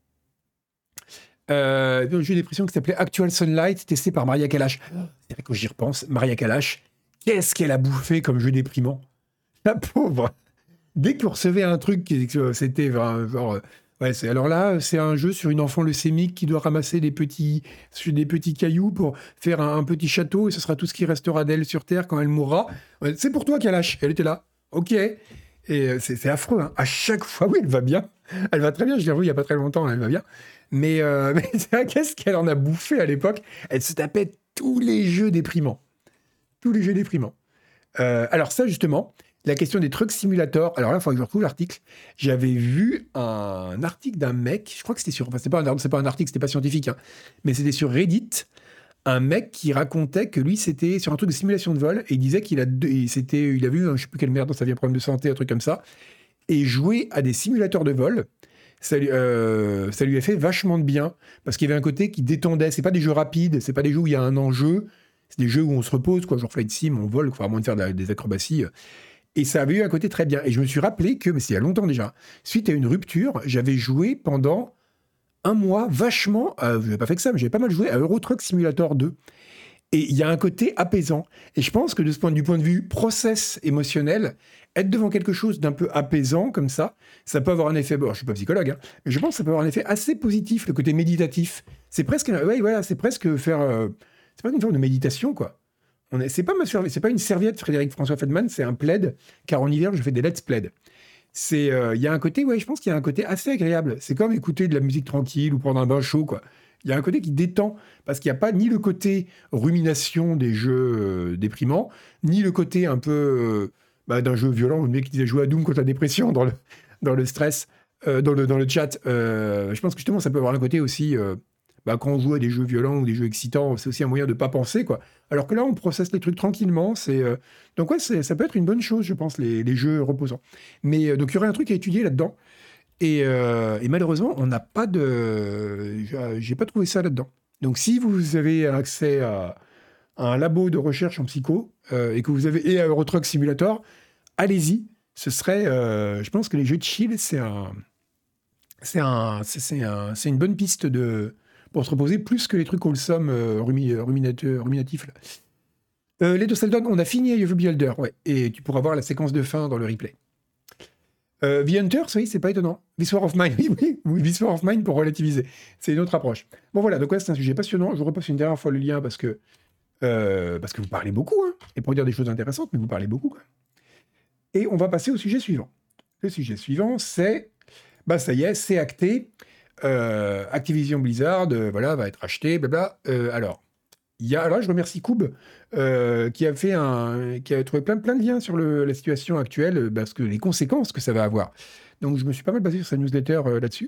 Euh, un jeu d'impression qui s'appelait Actual Sunlight, testé par Maria Kalash. C'est vrai que j'y repense, Maria Kalash, qu'est-ce qu'elle a bouffé comme jeu déprimant. La pauvre. Dès qu'on recevait un truc, qui- que c'était genre, genre, euh, ouais, c'est, alors là, c'est un jeu sur une enfant leucémique qui doit ramasser des petits, des petits cailloux pour faire un, un petit château, et ce sera tout ce qui restera d'elle sur Terre quand elle mourra. Ouais, c'est pour toi, Kalash. Elle était là. Ok. Et euh, c'est c'est affreux, hein. À chaque fois, oui, elle va bien. Elle va très bien. Je l'ai revue il n'y a pas très longtemps, elle va bien. Mais, euh, mais c'est vrai, qu'est-ce qu'elle en a bouffé à l'époque? Elle se tapait tous les jeux déprimants. Tous les jeux déprimants. Euh, alors ça, justement, la question des trucs simulateurs. Alors là, il faudrait que je retrouve l'article. J'avais vu un article d'un mec, je crois que c'était sur... Enfin, c'est pas un, c'est pas un article, c'était pas scientifique, hein, mais c'était sur Reddit, un mec qui racontait que lui, c'était sur un truc de simulation de vol, et il disait qu'il a, deux- et c'était, il a vu, un, je sais plus quelle merde dans sa vie, un problème de santé, un truc comme ça, et jouer à des simulateurs de vol, ça lui, euh, ça lui a fait vachement de bien, parce qu'il y avait un côté qui détendait. C'est pas des jeux rapides, c'est pas des jeux où il y a un enjeu, c'est des jeux où on se repose, quoi, genre Flight Sim, on vole, quoi, à moins de faire de la- des acrobaties. Et ça avait eu un côté très bien. Et je me suis rappelé que, mais c'est il y a longtemps déjà, suite à une rupture, j'avais joué pendant un mois vachement, euh, je n'avais pas fait que ça, mais j'avais pas mal joué à Euro Truck Simulator deux. Et il y a un côté apaisant. Et je pense que de ce point, du point de vue process émotionnel, être devant quelque chose d'un peu apaisant comme ça, ça peut avoir un effet. Bon, je suis pas psychologue, hein, mais je pense que ça peut avoir un effet assez positif, le côté méditatif. C'est presque, ouais, voilà, c'est presque faire, euh, c'est pas une forme de méditation, quoi. On est, c'est pas ma servi- c'est pas une serviette, Frédéric François Feldman, c'est un plaid, car en hiver je fais des let's plaid. C'est, euh, il y a un côté, ouais, je pense qu'il y a un côté assez agréable. C'est comme écouter de la musique tranquille ou prendre un bain chaud, quoi. Il y a un côté qui détend, parce qu'il n'y a pas ni le côté rumination des jeux euh, déprimants, ni le côté un peu euh, bah, d'un jeu violent, où le mec qui disait jouer à Doom contre la dépression dans le, dans le stress, euh, dans, le, dans le chat. Euh, je pense que justement, ça peut avoir un côté aussi, euh, bah, quand on joue à des jeux violents ou des jeux excitants, c'est aussi un moyen de ne pas penser, quoi. Alors que là, on processe les trucs tranquillement. C'est, euh, Donc ouais, c'est- ça peut être une bonne chose, je pense, les, les jeux reposants. Mais euh, donc il y aurait un truc à étudier là-dedans. Et, euh, et malheureusement, on n'a pas de. j'ai- J'ai pas trouvé ça là-dedans. Donc si vous avez accès à, à un labo de recherche en psycho euh, et que vous avez et à Eurotruck Simulator, allez-y. Ce serait, euh, je pense que les jeux de chill, c'est un, c'est un, c'est c'est un- c'est une bonne piste de pour se reposer plus que les trucs wholesome euh, rumi- ruminateurs- ruminatifs là. Euh, les deux Seldon, on a fini You Will Be Elder, ouais, et tu pourras voir la séquence de fin dans le replay. Euh, The Hunters, oui, c'est pas étonnant. This War of Mine, oui, oui, oui, This War of Mine pour relativiser. C'est une autre approche. Bon voilà, donc ouais, c'est un sujet passionnant. Je vous repasse une dernière fois le lien parce que, euh, parce que vous parlez beaucoup, hein, et pour dire des choses intéressantes, mais vous parlez beaucoup, quoi. Et on va passer au sujet suivant. Le sujet suivant, c'est, bah ça y est, c'est acté. Euh, Activision Blizzard, euh, voilà, va être acheté, blabla. Euh, alors, il y a, alors là, je remercie Koub, euh, qui a fait un, qui a trouvé plein, plein de liens sur le- la situation actuelle, euh, parce que les conséquences que ça va avoir. Donc, je me suis pas mal basé sur sa newsletter euh, là-dessus.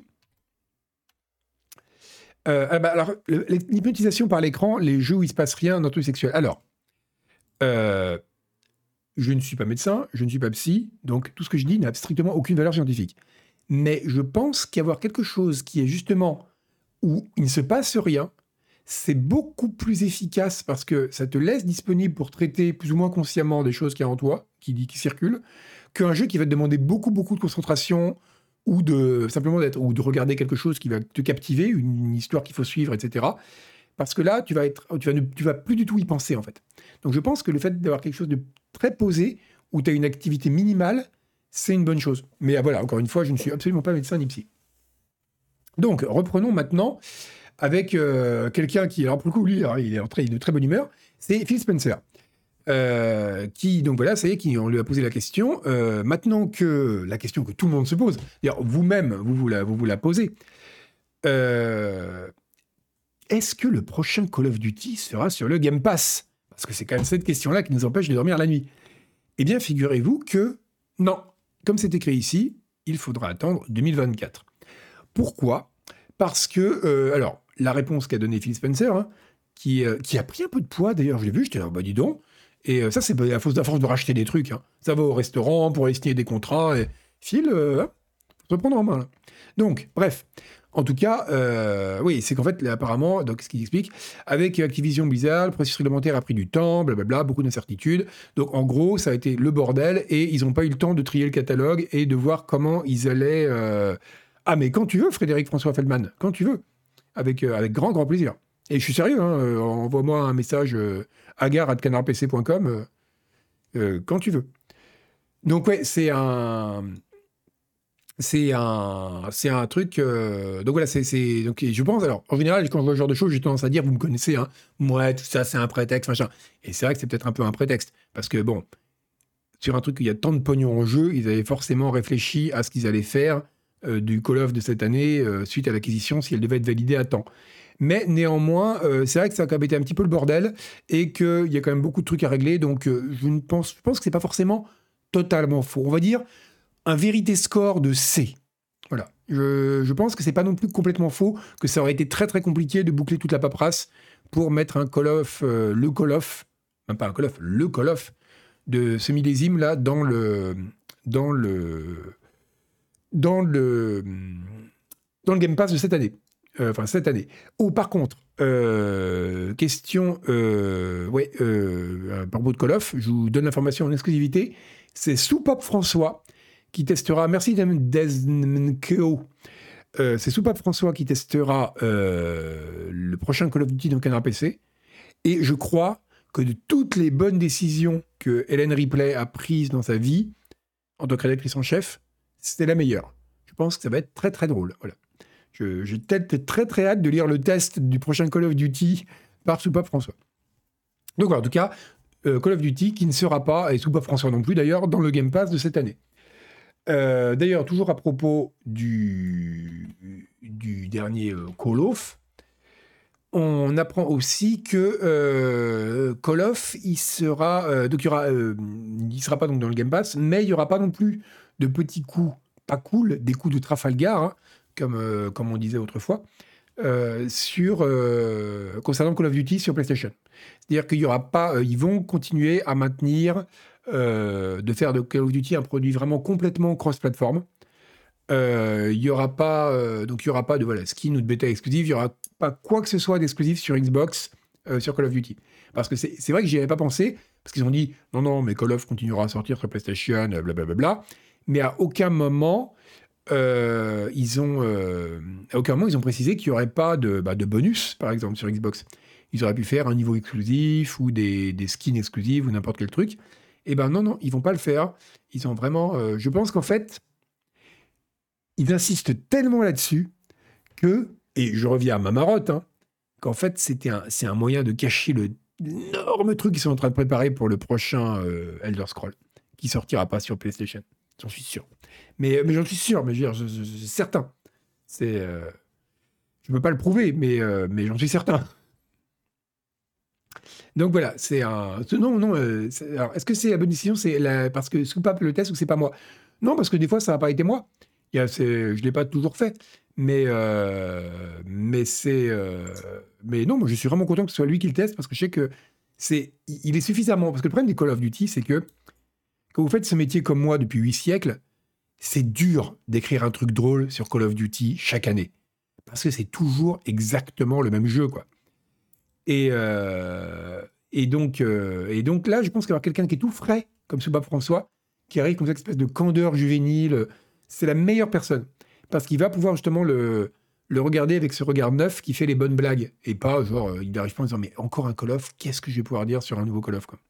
Euh, ah bah, alors, le- l'hypnotisation par l'écran, les jeux où il se passe rien dans le truc sexuel. Alors, euh, je ne suis pas médecin, je ne suis pas psy, donc tout ce que je dis n'a strictement aucune valeur scientifique. Mais je pense qu'avoir quelque chose qui est justement où il ne se passe rien, c'est beaucoup plus efficace parce que ça te laisse disponible pour traiter plus ou moins consciemment des choses qu'il y a en toi, qui, qui circulent, qu'un jeu qui va te demander beaucoup, beaucoup de concentration ou de simplement d'être ou de regarder quelque chose qui va te captiver, une, une histoire qu'il faut suivre, et cetera. Parce que là, tu vas être, tu vas, ne, tu vas plus du tout y penser en fait. Donc je pense que le fait d'avoir quelque chose de très posé où tu as une activité minimale, c'est une bonne chose. Mais ah, voilà, encore une fois, je ne suis absolument pas médecin ni psy. Donc reprenons maintenant avec euh, quelqu'un qui, alors pour le coup, lui, alors, il est en très, de très bonne humeur, c'est Phil Spencer. Euh, qui, donc voilà, ça y est, qui, on lui a posé la question. Euh, maintenant que la question que tout le monde se pose, d'ailleurs, vous-même, vous vous la, vous vous la posez, euh, est-ce que le prochain Call of Duty sera sur le Game Pass? Parce que c'est quand même cette question-là qui nous empêche de dormir la nuit. Eh bien, figurez-vous que non. Comme c'est écrit ici, il faudra attendre deux mille vingt-quatre. Pourquoi? Parce que, euh, alors, la réponse qu'a donnée Phil Spencer, hein, qui, euh, qui a pris un peu de poids, d'ailleurs, je l'ai vu, j'étais là, bah dis donc, Et euh, ça, c'est à force, à force de racheter des trucs. Hein. Ça va au restaurant pour aller signer des contrats. Et file, euh, hein, faut se prendre en main. Là. Donc, bref. En tout cas, euh, oui, c'est qu'en fait, là, apparemment, donc ce qu'il explique, avec Activision Blizzard, le processus réglementaire a pris du temps, blablabla, beaucoup d'incertitudes. Donc, en gros, ça a été le bordel et ils n'ont pas eu le temps de trier le catalogue et de voir comment ils allaient. Euh... Ah, mais quand tu veux, Frédéric François Feldman, quand tu veux, avec, euh, avec grand, grand plaisir. Et je suis sérieux, hein, euh, envoie-moi un message euh, agar arobase canard p c point com euh, euh, quand tu veux. Donc, ouais, c'est un. C'est un, c'est un truc. Euh, donc voilà, c'est, c'est. Donc je pense. Alors, en général, quand je vois ce genre de choses, j'ai tendance à dire, vous me connaissez, hein. Ouais, tout ça, c'est un prétexte, machin. Et c'est vrai que c'est peut-être un peu un prétexte. Parce que, bon, sur un truc où il y a tant de pognon en jeu, ils avaient forcément réfléchi à ce qu'ils allaient faire euh, du Call of de cette année euh, suite à l'acquisition, si elle devait être validée à temps. Mais néanmoins, euh, c'est vrai que ça a quand même été un petit peu le bordel et qu'il y a quand même beaucoup de trucs à régler. Donc, euh, je ne pense, je pense que c'est pas forcément totalement faux. On va dire un vérité score de C. Voilà. Je, je pense que c'est pas non plus complètement faux, que ça aurait été très très compliqué de boucler toute la paperasse pour mettre un Call of, euh, le Call of, même pas un Call of, le Call of de ce millésime là dans le, dans le, dans le, dans le Game Pass de cette année. Euh, enfin cette année. Oh, par contre, euh, question, euh, ouais, euh, par bout de Call of, je vous donne l'information en exclusivité. C'est Soupap François qui testera. Merci Desmko. Euh, c'est Soupap François qui testera euh, le prochain Call of Duty dans Canard P C. Et je crois que de toutes les bonnes décisions que Hélène Ripley a prises dans sa vie, en tant que rédactrice en chef, c'était la meilleure. Je pense que ça va être très très drôle. Voilà. Je, j'ai peut-être très très hâte de lire le test du prochain Call of Duty par Soupap François. Donc voilà, en tout cas, euh, Call of Duty qui ne sera pas, et Soupap François non plus d'ailleurs, dans le Game Pass de cette année. Euh, d'ailleurs, toujours à propos du, du dernier euh, Call of, on apprend aussi que euh, Call of, il sera, euh, donc il y aura, euh, il sera pas donc dans le Game Pass, mais il y aura pas non plus de petits coups pas cool, des coups de Trafalgar, hein, comme euh, comme on disait autrefois, euh, sur euh, concernant Call of Duty sur PlayStation. C'est-à-dire qu'il y aura pas, euh, ils vont continuer à maintenir Euh, de faire de Call of Duty un produit vraiment complètement cross-platform. Euh, il y aura pas, euh, donc il y aura pas de voilà, skin ou de bêta exclusive, il y aura pas quoi que ce soit d'exclusif sur Xbox, euh, sur Call of Duty. Parce que c'est, c'est vrai que j'y avais pas pensé, parce qu'ils ont dit non, non, mais Call of continuera à sortir sur PlayStation, blablabla. Mais à aucun moment, euh, ils ont, euh, à aucun moment, ils ont précisé qu'il y aurait pas de, bah, de bonus, par exemple, sur Xbox. Ils auraient pu faire un niveau exclusif ou des, des skins exclusifs ou n'importe quel truc. Eh ben non, non, ils vont pas le faire. Ils ont vraiment... euh, je pense qu'en fait, ils insistent tellement là-dessus que, et je reviens à ma marotte, hein, qu'en fait, c'était un, c'est un moyen de cacher le énorme truc qu'ils sont en train de préparer pour le prochain euh, Elder Scroll, qui sortira pas sur PlayStation. J'en suis sûr. Mais, mais j'en suis sûr, mais je veux dire, je, je, je suis certain. C'est... Euh, je peux pas le prouver, mais, euh, mais j'en suis certain. Donc voilà, c'est un. Non, non. Euh, c'est- alors, est-ce que c'est la bonne décision? C'est la... parce que Soupap le test ou c'est pas moi? Non, parce que des fois, ça n'a pas été moi. Il y a, c'est... Je l'ai pas toujours fait. Mais, euh, mais c'est. euh, Mais non, moi, je suis vraiment content que ce soit lui qui le teste parce que je sais que c'est. Il est suffisamment. Parce que le problème des Call of Duty, c'est que quand vous faites ce métier comme moi depuis huit siècles, c'est dur d'écrire un truc drôle sur Call of Duty chaque année. Parce que c'est toujours exactement le même jeu, quoi. Et, euh, et, donc, euh, et donc là, je pense qu'avoir quelqu'un qui est tout frais, comme ce Bob François, qui arrive comme cette espèce de candeur juvénile, c'est la meilleure personne. Parce qu'il va pouvoir justement le, le regarder avec ce regard neuf qui fait les bonnes blagues. Et pas, genre, euh, il n'arrive pas en disant, mais encore un Call of, qu'est-ce que je vais pouvoir dire sur un nouveau Call of, quoi.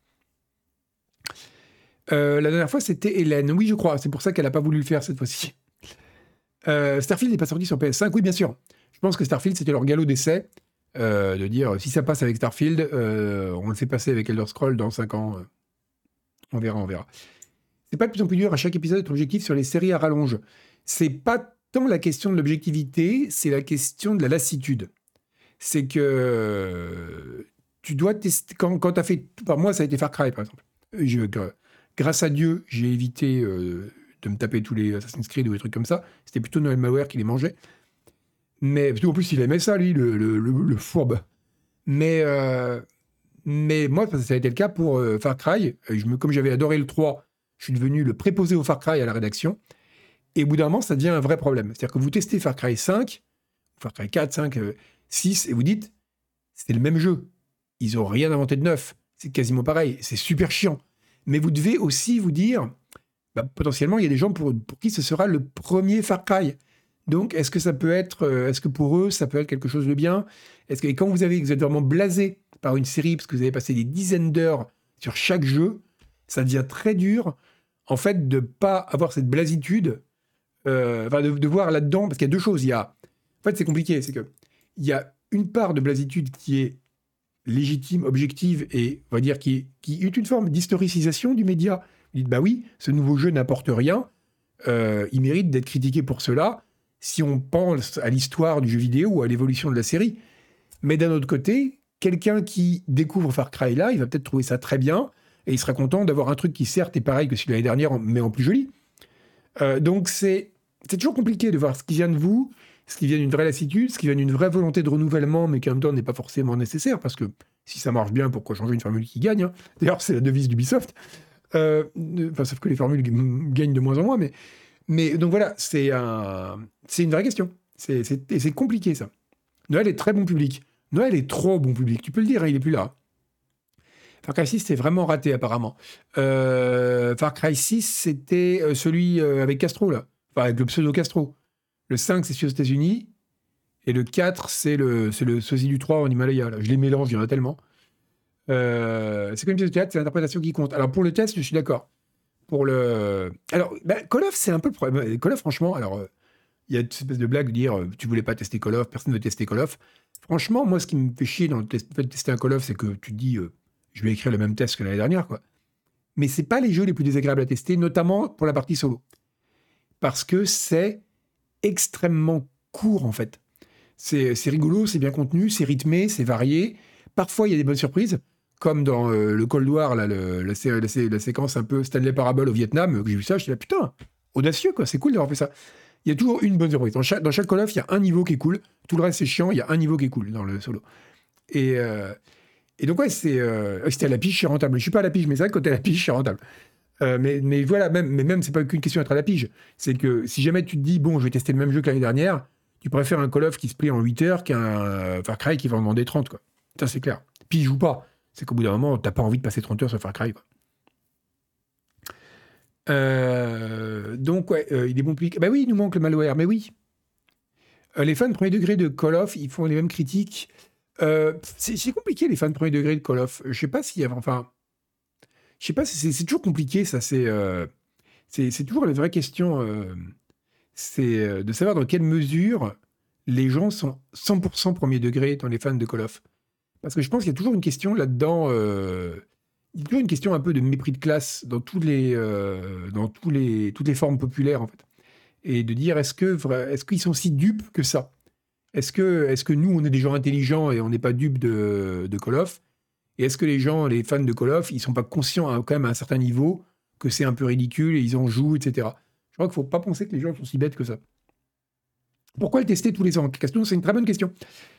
Euh, la dernière fois, c'était Hélène. Oui, je crois. C'est pour ça qu'elle n'a pas voulu le faire cette fois-ci. Euh, Starfield n'est pas sorti sur P S cinq. Oui, bien sûr. Je pense que Starfield, c'était leur galop d'essai. Euh, de dire, si ça passe avec Starfield, euh, on le fait passer avec Elder Scrolls dans cinq ans. euh, on verra, on verra. C'est pas de plus en plus dur à chaque épisode d'être objectif sur les séries à rallonge. C'est pas tant la question de l'objectivité, c'est la question de la lassitude. C'est que euh, tu dois tester... Quand, quand tu as fait... Par moi, ça a été Far Cry, par exemple. Je, gr- grâce à Dieu, j'ai évité euh, de me taper tous les Assassin's Creed ou des trucs comme ça. C'était plutôt Noël Mauer qui les mangeait. Mais en plus, il aimait ça, lui, le, le, le, le fourbe. Mais, euh, Mais moi, ça a été le cas pour euh, Far Cry. Euh, Je me, comme j'avais adoré le trois, je suis devenu le préposé au Far Cry à la rédaction. Et au bout d'un moment, ça devient un vrai problème. C'est-à-dire que vous testez Far Cry cinq, Far Cry quatre, cinq, euh, six, et vous dites, c'est le même jeu. Ils n'ont rien inventé de neuf. C'est quasiment pareil. C'est super chiant. Mais vous devez aussi vous dire, bah, potentiellement, il y a des gens pour, pour qui ce sera le premier Far Cry. Donc, est-ce que ça peut être, euh, est-ce que pour eux, ça peut être quelque chose de bien? Est-ce que, et quand vous, avez, vous êtes vraiment blasé par une série, parce que vous avez passé des dizaines d'heures sur chaque jeu, ça devient très dur, en fait, de ne pas avoir cette blasitude, euh, enfin, de, de voir là-dedans, parce qu'il y a deux choses. Il y a, en fait, c'est compliqué, c'est que il y a une part de blasitude qui est légitime, objective, et on va dire qui, qui est une forme d'historicisation du média. Vous dites, bah oui, ce nouveau jeu n'apporte rien, euh, il mérite d'être critiqué pour cela, si on pense à l'histoire du jeu vidéo ou à l'évolution de la série. Mais d'un autre côté, quelqu'un qui découvre Far Cry là, il va peut-être trouver ça très bien, et il sera content d'avoir un truc qui certes est pareil que celui de l'année dernière, mais en plus joli. Euh, donc c'est, c'est toujours compliqué de voir ce qui vient de vous, ce qui vient d'une vraie lassitude, ce qui vient d'une vraie volonté de renouvellement, mais qui en même temps n'est pas forcément nécessaire, parce que si ça marche bien, pourquoi changer une formule qui gagne, hein? D'ailleurs, c'est la devise d'Ubisoft. Euh, enfin, sauf que les formules g- gagnent de moins en moins, mais, mais donc voilà, c'est, un, c'est une vraie question. C'est, c'est, et c'est compliqué, ça. Noël est très bon public. Noël est trop bon public. Tu peux le dire, hein, il est plus là. Far Cry six, c'était vraiment raté, apparemment. Euh, Far Cry six, c'était euh, celui euh, avec Castro, là. Enfin, avec le pseudo Castro. Le cinq, c'est celui aux États-Unis. Et le quatre, c'est le, c'est le sosie du trois en Himalaya. Là. Je les mélange, il y en a tellement. Euh, c'est comme une pièce de théâtre, c'est l'interprétation qui compte. Alors, pour le test, je suis d'accord. Pour le... Alors, bah, Call of, c'est un peu le problème. Call of, franchement, alors, euh, il y a une espèce de blague de dire euh, tu voulais pas tester Call of, personne ne veut tester Call of. Franchement, moi, ce qui me fait chier dans le test- fait de tester un Call of, c'est que tu te dis euh, je vais écrire le même test que l'année dernière, quoi. Mais c'est pas les jeux les plus désagréables à tester, notamment pour la partie solo. Parce que c'est extrêmement court, en fait. C'est, c'est rigolo, c'est bien contenu, c'est rythmé, c'est varié. Parfois, il y a des bonnes surprises, comme dans euh, le Cold War, là, le- la, sé- la sé- la séquence un peu Stanley Parable au Vietnam, euh, que j'ai vu ça, je suis là, putain, audacieux, quoi, c'est cool d'avoir fait ça. Il y a toujours une bonne surprise. Dans chaque, dans chaque Call of, il y a un niveau qui est cool, tout le reste c'est chiant, il y a un niveau qui est cool dans le solo. Et, euh, et donc, ouais, c'est, euh, c'était à la pige, c'est rentable. Je suis pas à la pige, mais c'est vrai que quand t'es à la pige, c'est rentable. Euh, mais, mais voilà, même, mais même, c'est pas qu'une question d'être à la pige. C'est que si jamais tu te dis, bon, je vais tester le même jeu que l'année dernière, tu préfères un Call of qui se plie en huit heures qu'un euh, Far Cry qui va en demander trente, quoi. Ça, c'est clair. Pige ou pas. C'est qu'au bout d'un moment, t'as pas envie de passer trente heures sur Far Cry, quoi. Euh, donc, ouais, euh, il est bon public. Bah oui, il nous manque le malware, mais oui. Euh, les fans de premier degré de Call of, ils font les mêmes critiques. Euh, c'est, c'est compliqué, les fans de premier degré de Call of. Je sais pas s'il y a. Enfin, je sais pas, c'est, c'est toujours compliqué, ça. C'est, euh, c'est, c'est toujours la vraie question. euh, c'est euh, de savoir dans quelle mesure les gens sont cent pour cent premier degré dans les fans de Call of. Parce que je pense qu'il y a toujours une question là-dedans. euh, il y a toujours une question un peu de mépris de classe dans, tous les, euh, dans tous les, toutes les formes populaires, en fait. Et de dire, est-ce, que, vra- est-ce qu'ils sont si dupes que ça? Est-ce que, est-ce que nous, on est des gens intelligents et on n'est pas dupes de, de Call of? Et est-ce que les gens, les fans de Call of, ils sont pas conscients hein, quand même à un certain niveau que c'est un peu ridicule et ils en jouent, et cetera. Je crois qu'il faut pas penser que les gens sont si bêtes que ça. Pourquoi le tester tous les ans? Caston, c'est une très bonne question.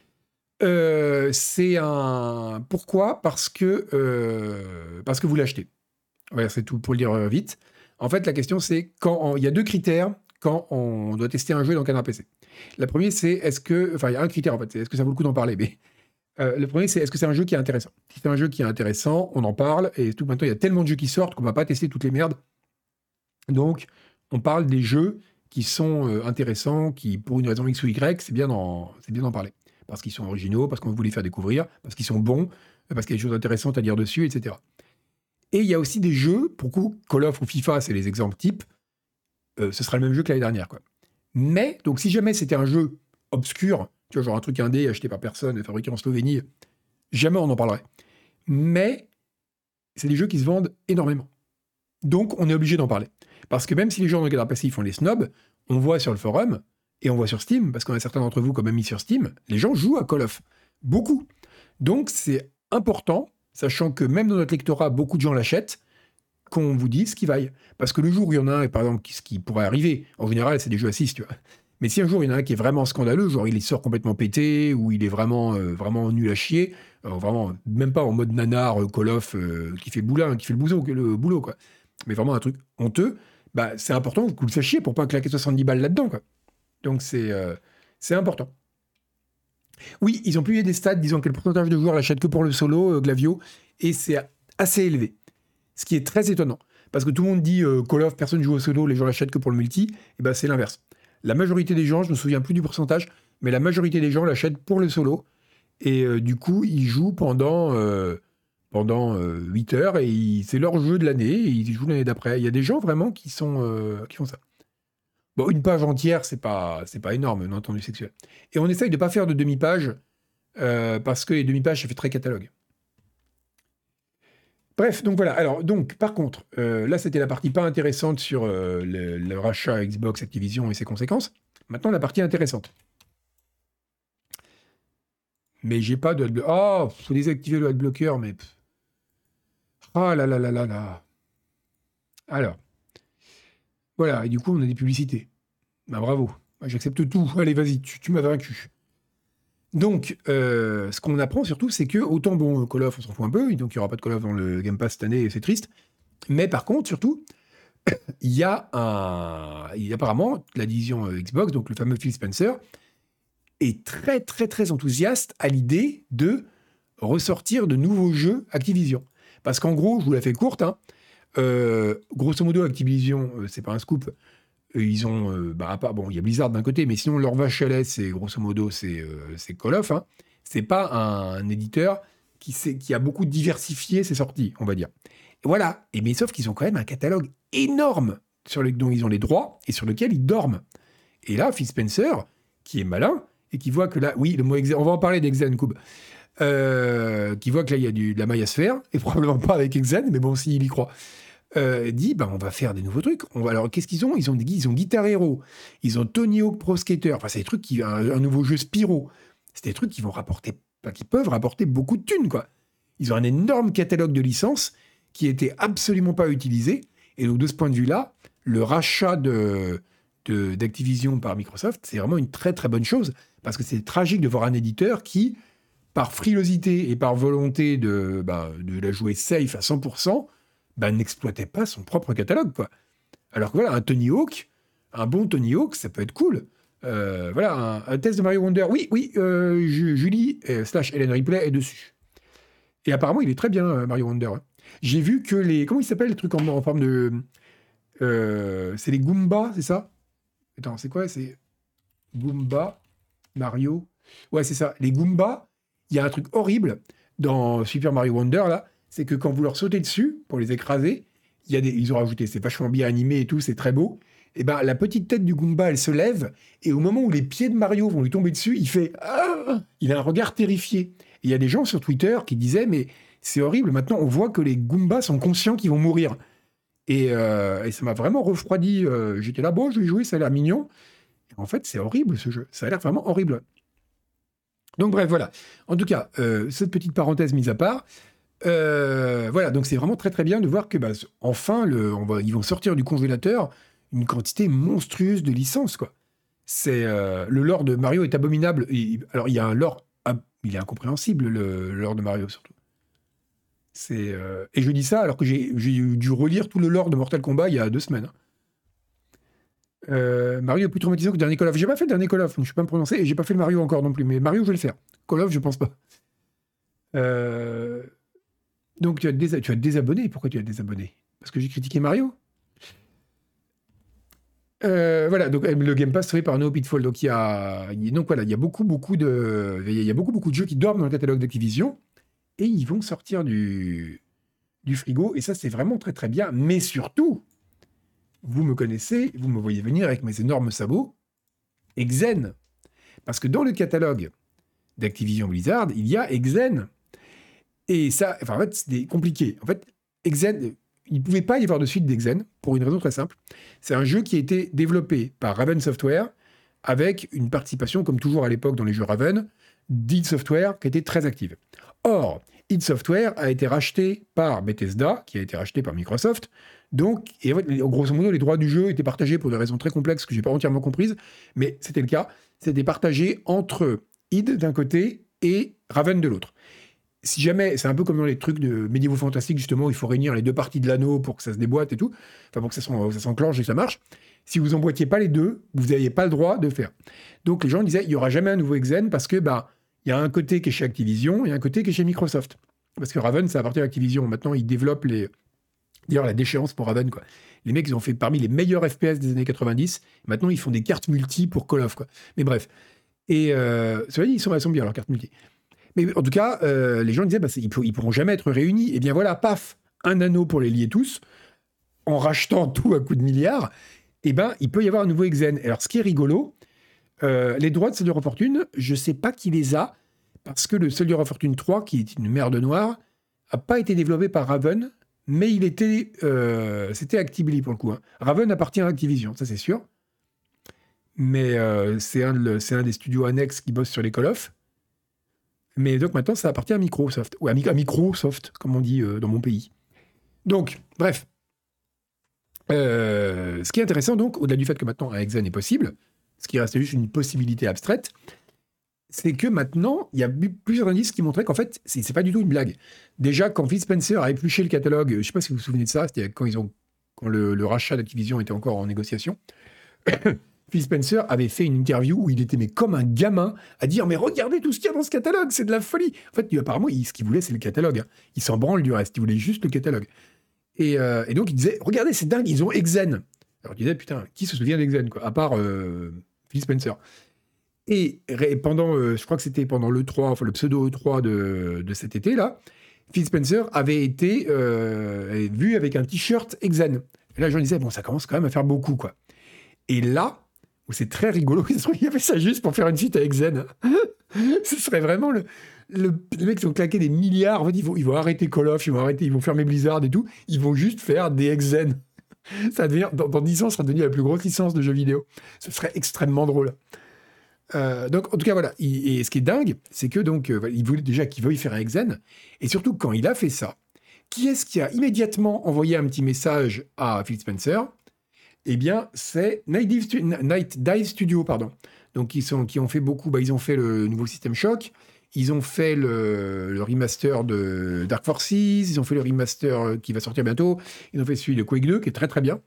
Euh, c'est un... Pourquoi? Parce que, euh, parce que vous l'achetez. Voilà, c'est tout pour le dire euh, vite. En fait, la question, c'est quand on- il y a deux critères quand on doit tester un jeu dans le cadre d'un P C. La première, c'est est-ce que... Enfin, il y a un critère, en fait, c'est est-ce que ça vaut le coup d'en parler? Mais euh, le premier, c'est est-ce que c'est un jeu qui est intéressant? Si c'est un jeu qui est intéressant, on en parle. Et tout maintenant, il y a tellement de jeux qui sortent qu'on va pas tester toutes les merdes. Donc, on parle des jeux qui sont euh, intéressants, qui, pour une raison X ou Y, c'est bien d'en, c'est bien d'en parler. Parce qu'ils sont originaux, parce qu'on veut les faire découvrir, parce qu'ils sont bons, euh, parce qu'il y a des choses intéressantes à dire dessus, et cetera. Et il y a aussi des jeux, pour coup, Call of ou FIFA, c'est les exemples types, euh, ce sera le même jeu que l'année dernière, quoi. Mais, donc si jamais c'était un jeu obscur, tu vois, genre un truc indé acheté par personne, fabriqué en Slovénie, jamais on en parlerait. Mais c'est des jeux qui se vendent énormément. Donc, on est obligé d'en parler. Parce que même si les gens dans le cadre passif font les snobs, on voit sur le forum, et on voit sur Steam, parce qu'on a certains d'entre vous quand même mis sur Steam, les gens jouent à Call of. Beaucoup. Donc, c'est important, sachant que même dans notre lectorat, beaucoup de gens l'achètent, qu'on vous dise ce qui vaille. Parce que le jour où il y en a un, par exemple, qui- ce qui pourrait arriver, en général, c'est des jeux à six, tu vois. Mais si un jour il y en a un qui est vraiment scandaleux, genre il sort complètement pété, ou il est vraiment, euh, vraiment nul à chier, euh, vraiment, même pas en mode nanar, euh, Call of, euh, qui fait boulin, qui fait le boulot, le boulot, quoi. Mais vraiment un truc honteux, bah c'est important que vous le sachiez pour pas claquer soixante-dix balles là-dedans, quoi. Donc c'est euh, c'est important. Oui, ils ont publié des stats disant quel pourcentage de joueurs l'achètent que pour le solo, euh, Glavio, et c'est assez élevé. Ce qui est très étonnant. Parce que tout le monde dit euh, Call of, personne joue au solo, les gens l'achètent que pour le multi, et ben c'est l'inverse. La majorité des gens, je me souviens plus du pourcentage, mais la majorité des gens l'achètent pour le solo, et euh, du coup, ils jouent pendant, euh, pendant euh, huit heures, et ils- c'est leur jeu de l'année, et ils jouent l'année d'après. Il y a des gens vraiment qui, sont, euh, qui font ça. Bon, une page entière, c'est pas, c'est pas énorme, non entendu sexuel. Et on essaye de pas faire de demi-page, euh, parce que les demi-pages, ça fait très catalogue. Bref, donc voilà. Alors, donc, par contre, euh, là, c'était la partie pas intéressante sur euh, le, le rachat Xbox Activision et ses conséquences. Maintenant, la partie intéressante. Mais j'ai pas de adblocker. Oh, faut désactiver le adblocker, mais. pff. Ah là là là là là. Alors, voilà. Et du coup, on a des publicités. Bah, bravo. Moi, j'accepte tout. Allez, vas-y, tu, tu m'as vaincu. Donc, euh, ce qu'on apprend surtout, c'est que, autant, bon, Call of, on s'en fout un peu, donc il n'y aura pas de Call of dans le Game Pass cette année, et c'est triste. Mais par contre, surtout, il y a un. Il y a apparemment, la division euh, Xbox, donc le fameux Phil Spencer, est très, très, très enthousiaste à l'idée de ressortir de nouveaux jeux Activision. Parce qu'en gros, je vous la fais courte, hein, euh, grosso modo, Activision, euh, c'est pas un scoop, euh, ils ont, euh, bah, à part, bon, il y a Blizzard d'un côté, mais sinon, leur vache à lait, c'est grosso modo, c'est euh, c'est Call of. Hein. C'est pas un, un éditeur qui, sait- qui a beaucoup diversifié ses sorties, on va dire. Et voilà. Et mais sauf qu'ils ont quand même un catalogue énorme sur le, dont ils ont les droits et sur lequel ils dorment. Et là, Phil Spencer, qui est malin, et qui voit que là, oui, le mot Exen, on va en parler d'Exen, Koub, euh, qui voit que là, il y a du, de la maille à se faire, et probablement pas avec Exen, mais bon, s'il y croit, euh, dit, bah, on va faire des nouveaux trucs. On va, alors, qu'est-ce qu'ils ont ils ont, des, ils ont Guitar Hero, ils ont Tony Hawk Pro Skater, enfin, c'est des trucs qui, un, un nouveau jeu Spyro, c'est des trucs qui vont rapporter, enfin, qui peuvent rapporter beaucoup de thunes, quoi. Ils ont un énorme catalogue de licences qui était absolument pas utilisé, et donc, de ce point de vue-là, le rachat de de- d'Activision par Microsoft, c'est vraiment une très très bonne chose, parce que c'est tragique de voir un éditeur qui, par frilosité et par volonté de, bah, de la jouer safe à cent pour cent, bah, n'exploitait pas son propre catalogue, quoi. Alors que voilà, un Tony Hawk, un bon Tony Hawk, ça peut être cool. Euh, voilà, un, un test de Mario Wonder, oui, oui, euh, Ju- Julie euh, slash Helen Ripley est dessus. Et apparemment, il est très bien, euh, Mario Wonder. Hein. J'ai vu que les... Comment il s'appelle, les trucs en, en forme de... euh, c'est les Goombas, c'est ça? Attends, c'est quoi? C'est Goomba, Mario. Ouais, c'est ça. Les Goombas, il y a un truc horrible dans Super Mario Wonder, là, c'est que quand vous leur sautez dessus pour les écraser, il y a des, ils ont rajouté, c'est vachement bien animé et tout, c'est très beau. Et ben la petite tête du Goomba, elle se lève, et au moment où les pieds de Mario vont lui tomber dessus, il fait ah. Il a un regard terrifié. Et il y a des gens sur Twitter qui disaient, mais c'est horrible, maintenant on voit que les Goombas sont conscients qu'ils vont mourir. Et, euh, et ça m'a vraiment refroidi. euh, J'étais là, bon, je vais jouer, ça a l'air mignon. En fait, c'est horrible ce jeu. Ça a l'air vraiment horrible. Donc bref, voilà. En tout cas, euh, cette petite parenthèse mise à part, euh, voilà. Donc c'est vraiment très très bien de voir que, bah, enfin, le, on va, ils vont sortir du congélateur une quantité monstrueuse de licences, quoi. C'est euh, le lore de Mario est abominable. Et- alors il y a un lore, ab- il est incompréhensible le, le lore de Mario surtout. C'est euh, et je dis ça alors que j'ai j'ai dû relire tout le lore de Mortal Kombat il y a deux semaines. Hein. Euh, Mario est plus traumatisant que le dernier Call of. J'ai pas fait le dernier Call of, donc je peux pas me prononcer, et j'ai pas fait le Mario encore non plus. Mais Mario, je vais le faire. Call of, je pense pas. Euh, Donc tu as, dés... tu as désabonné. Pourquoi tu as désabonné? Parce que j'ai critiqué Mario. Euh, voilà, donc euh, le Game Pass trouvé par No Pitfall. Donc il y a, il y a- donc voilà, il y a beaucoup, beaucoup de, il y a beaucoup, beaucoup de jeux qui dorment dans le catalogue d'Activision et ils vont sortir du, du frigo. Et ça, c'est vraiment très, très bien. Mais surtout, vous me connaissez, vous me voyez venir avec mes énormes sabots. Exen, parce que dans le catalogue d'Activision Blizzard, il y a Exen. Et ça, enfin, en fait, c'est compliqué. En fait, Exen, il ne pouvait pas y avoir de suite d'Exen pour une raison très simple. C'est un jeu qui a été développé par Raven Software avec une participation, comme toujours à l'époque dans les jeux Raven, d'id Software qui était très active. Or, id Software a été racheté par Bethesda, qui a été racheté par Microsoft. Donc, et en fait, grosso modo, les droits du jeu étaient partagés pour des raisons très complexes que je n'ai pas entièrement comprises, mais c'était le cas. C'était partagé entre id d'un côté et Raven de l'autre. Si jamais, c'est un peu comme dans les trucs de médiévaux fantastiques, justement, où il faut réunir les deux parties de l'anneau pour que ça se déboîte et tout, enfin pour que ça, s'en- ça s'enclenche et que ça marche. Si vous emboîtiez pas les deux, vous n'aviez pas le droit de faire. Donc les gens disaient, il n'y aura jamais un nouveau Exen parce que bah il y a un côté qui est chez Activision et un côté qui est chez Microsoft. Parce que Raven, ça appartient à Activision. Maintenant, ils développent les... D'ailleurs, la déchéance pour Raven, quoi. Les mecs, ils ont fait parmi les meilleurs F P S des années quatre-vingt-dix. Maintenant, ils font des cartes multi pour Call of, quoi. Mais bref. Et euh, c'est vrai, ils sont, elles sont bien, leurs cartes multi. Mais en tout cas, euh, les gens disaient, bah, c'est- ils, pour- ils pourront jamais être réunis. Et bien voilà, paf, un anneau pour les lier tous, en rachetant tout à coups de milliards, et ben il peut y avoir un nouveau Exen. Alors, ce qui est rigolo, euh, les droits de Soldier of Fortune, je sais pas qui les a, parce que le Soldier of Fortune trois, qui est une merde noire, a pas été développé par Raven, mais il était, euh, c'était Actively pour le coup, hein. Raven appartient à Activision, ça c'est sûr. Mais euh, c'est un, de- c'est un des studios annexes qui bosse sur les Call of. Mais donc maintenant, ça appartient à Microsoft. Ou à, Mi- à Microsoft, comme on dit euh, dans mon pays. Donc, bref. Euh, ce qui est intéressant, donc, au-delà du fait que maintenant un Exen est possible, ce qui reste juste une possibilité abstraite, c'est que maintenant, il y a bu- plusieurs indices qui montraient qu'en fait, c'est c'est pas du tout une blague. Déjà, quand Phil Spencer a épluché le catalogue, je sais pas si vous vous souvenez de ça, c'était quand, ils ont, quand le, le rachat d'Activision était encore en négociation, Phil Spencer avait fait une interview où il était mais comme un gamin à dire mais regardez tout ce qu'il y a dans ce catalogue, c'est de la folie. En fait, lui, apparemment, il- ce qu'il voulait, c'est le catalogue, hein. Il s'en branle du reste, il voulait juste le catalogue. Et, euh, et donc il disait regardez, c'est dingue, ils ont Exen. Alors il disait putain, qui se souvient d'Exen quoi, à part euh, Phil Spencer. Et ré- pendant, euh, je crois que c'était pendant l'E trois, enfin le pseudo E trois de, de cet été là, Phil Spencer avait été euh, vu avec un t-shirt Exen. Et là, les gens disaient bon, ça commence quand même à faire beaucoup quoi. Et là, où c'est très rigolo, il a fait ça juste pour faire une suite à Exen. Ce serait vraiment le, le, les mecs qui ont claqué des milliards. En fait, ils vont, ils vont arrêter Call of, ils vont arrêter, ils vont fermer Blizzard et tout. Ils vont juste faire des Exen. Ça va devenir, dans, dans dix ans, ça sera devenu la plus grosse licence de jeux vidéo. Ce serait extrêmement drôle. Euh, donc, en tout cas, voilà. Il- et ce qui est dingue, c'est que donc, euh, il voulait déjà qu'il veuille faire un Exen. Et surtout, quand il a fait ça, qui est-ce qui a immédiatement envoyé un petit message à Phil Spencer? Eh bien, c'est Night Dive, Stu- Night Dive Studio, pardon. Donc, ils, sont, qui ont fait beaucoup. Bah, ils ont fait le nouveau System Shock. Ils ont fait le, le remaster de Dark Forces. Ils ont fait le remaster euh, qui va sortir bientôt. Ils ont fait celui de Quake deux, qui est très très bien.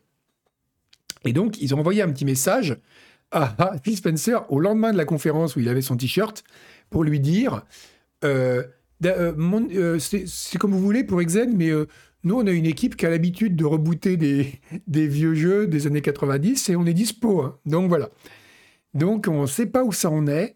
Et donc, ils ont envoyé un petit message à à Phil Spencer au lendemain de la conférence où il avait son t-shirt pour lui dire euh, Da- euh, mon- euh, c'est c'est comme vous voulez pour Exen, mais euh, nous, on a une équipe qui a l'habitude de rebooter des, des vieux jeux des années quatre-vingt-dix et on est dispo, hein. Donc voilà. Donc on ne sait pas où ça en est.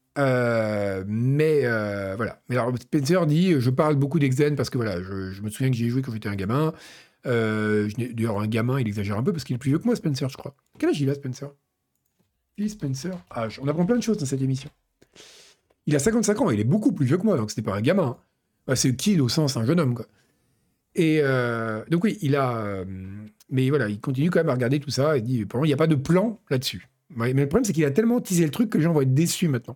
Euh, mais euh, voilà. Mais alors Spencer dit, je parle beaucoup d'Exen parce que voilà, je, je me souviens que j'y ai joué quand j'étais un gamin. Euh, je n'ai- D'ailleurs, un gamin, il exagère un peu parce qu'il est plus vieux que moi, Spencer, je crois. Quel âge il a, Spencer? Phil Spencer. Ah, je- on apprend plein de choses dans cette émission. Il a cinquante-cinq ans, il est beaucoup plus vieux que moi, donc c'était pas un gamin, hein. Bah, c'est kid au sens un jeune homme, quoi. Et euh, donc oui, il a... euh, mais voilà, il continue quand même à regarder tout ça et dit, pour moi, il n'y a pas de plan là-dessus. Ouais, mais le problème, c'est qu'il a tellement teasé le truc que les gens vont être déçus maintenant.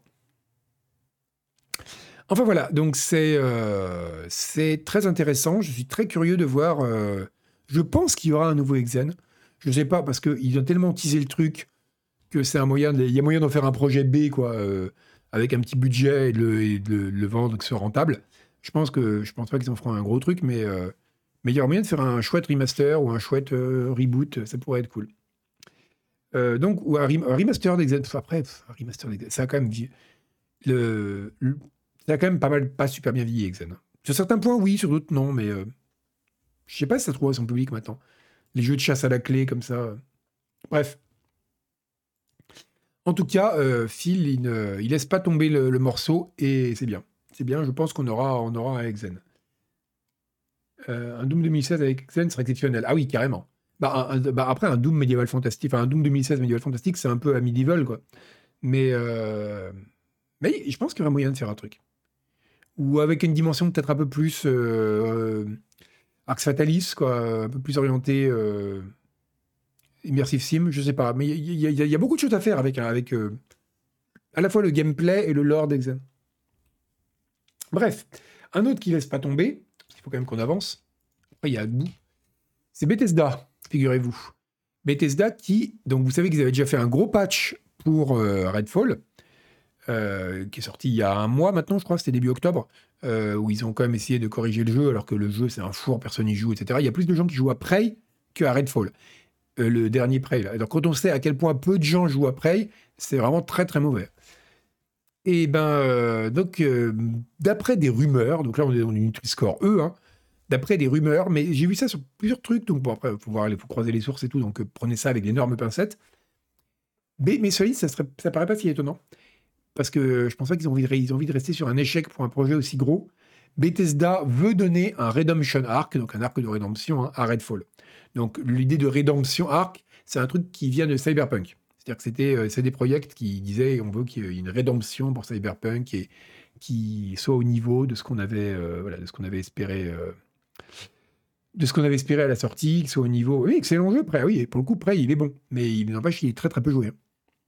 Enfin voilà, donc c'est euh, c'est très intéressant. Je suis très curieux de voir. euh, je pense qu'il y aura un nouveau Exen. Je ne sais pas, parce qu'ils ont tellement teasé le truc que c'est un moyen, de- il y a moyen d'en faire un projet B, quoi, euh, avec un petit budget et de le, et de le- le vendre, que ce soit rentable. Je pense que je pense pas qu'ils en feront un gros truc, mais euh, mais il y aura moyen de faire un chouette remaster ou un chouette euh, reboot, ça pourrait être cool. Euh, donc, ou un, rem- un remaster d'Exen. Enfin, après, pff, un remaster d'Exen, ça a quand même vie- le, le- ça a quand même pas mal, pas super bien vieilli, Exen. Sur certains points, oui, sur d'autres, non, mais euh, je sais pas si ça trouve à son public maintenant. Les jeux de chasse à la clé, comme ça. euh. Bref. En tout cas, euh, Phil, il, ne, il laisse pas tomber le, le morceau et c'est bien. C'est bien, je pense qu'on aura, on aura un Exen. Euh, un Doom deux mille seize avec Exen serait exceptionnel. Ah oui, carrément. Bah, un- un- bah, après, un Doom médiéval fantastique, enfin un Doom deux mille seize médiéval fantastique, c'est un peu à medieval, quoi. Mais, euh, mais je pense qu'il y aurait moyen de faire un truc. Ou avec une dimension peut-être un peu plus euh, euh, Arx Fatalis, quoi, un peu plus orienté euh, Immersive Sim, je sais pas. Mais il y, y- y- y a beaucoup de choses à faire avec, avec euh, à la fois le gameplay et le lore d'Exen. Bref. Un autre qui laisse pas tomber, parce qu'il faut quand même qu'on avance, après il y a Debout, c'est Bethesda, figurez-vous. Bethesda qui, donc vous savez qu'ils avaient déjà fait un gros patch pour euh, Redfall, euh, qui est sorti il y a un mois maintenant, je crois, c'était début octobre, euh, où ils ont quand même essayé de corriger le jeu, alors que le jeu c'est un four, personne n'y joue, et cetera. Il y a plus de gens qui jouent à Prey qu'à Redfall, euh, le dernier Prey. Là. Alors quand on sait à quel point peu de gens jouent à Prey, c'est vraiment très très mauvais. Et ben, euh, donc, euh, d'après des rumeurs, donc là on est dans une Nutri-Score E, hein, d'après des rumeurs, mais j'ai vu ça sur plusieurs trucs, donc bon, après, il faut, voir, faut croiser les sources et tout, donc euh, prenez ça avec d'énormes pincettes. Mais, mais cela dit, ça, serait, ça paraît pas si étonnant, parce que je pense pas qu'ils ont envie de, ils ont envie de rester sur un échec pour un projet aussi gros. Bethesda veut donner un Redemption Arc, donc un arc de rédemption, hein, à Redfall. Donc l'idée de Redemption Arc, c'est un truc qui vient de Cyberpunk. C'est-à-dire que c'était euh, C D Projekt qui disait on veut qu'il y ait une rédemption pour Cyberpunk et qui soit au niveau de ce qu'on avait, euh, voilà, de ce qu'on avait espéré. Euh, de ce qu'on avait espéré à la sortie, qu'il soit au niveau. Oui, excellent jeu, Prey. Oui, et pour le coup, Prey, il est bon. Mais il n'empêche qu'il est très très peu joué. Hein.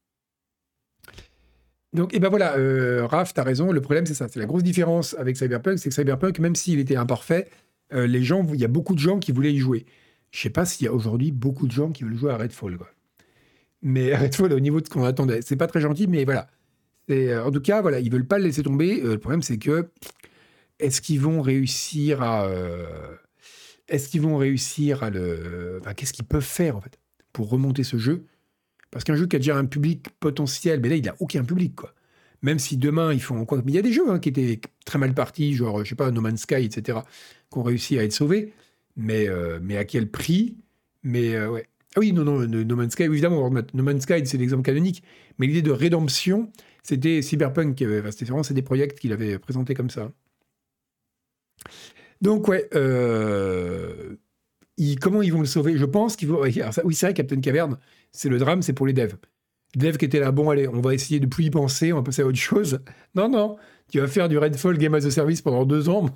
Donc, et ben voilà, euh, Raph, t'as raison, le problème c'est ça, c'est la grosse différence avec Cyberpunk, c'est que Cyberpunk, même s'il était imparfait, euh, les gens, il y a beaucoup de gens qui voulaient y jouer. Je sais pas s'il y a aujourd'hui beaucoup de gens qui veulent jouer à Redfall, quoi. Mais Redfall, au niveau de ce qu'on attendait, c'est pas très gentil, mais voilà. C'est, euh, en tout cas, voilà, ils veulent pas le laisser tomber. Euh, le problème, c'est que est-ce qu'ils vont réussir à, euh, est-ce qu'ils vont réussir à le, enfin, qu'est-ce qu'ils peuvent faire en fait pour remonter ce jeu? Parce qu'un jeu qui a déjà un public potentiel, mais là, il n'a aucun public, quoi. Même si demain, ils font quoi. Mais il y a des jeux hein, qui étaient très mal partis, genre, je sais pas, No Man's Sky, et cetera, qui ont réussi à être sauvés. Mais, euh, mais à quel prix? Mais euh, ouais. Ah oui, non, non, No No Man's Sky, évidemment, No Man's Sky, c'est l'exemple canonique. Mais l'idée de rédemption, c'était Cyberpunk, qui avait, enfin, c'était vraiment c'est des projets qu'il avait présenté comme ça. Donc, ouais, euh, ils- comment ils vont le sauver? Je pense qu'il faut. Alors ça- oui, c'est vrai, Captain Cavern, c'est le drame, c'est pour les devs. Les devs qui étaient là, bon, allez, on va essayer de plus y penser, on va passer à autre chose. Non, non, tu vas faire du Redfall Game as a Service pendant deux ans.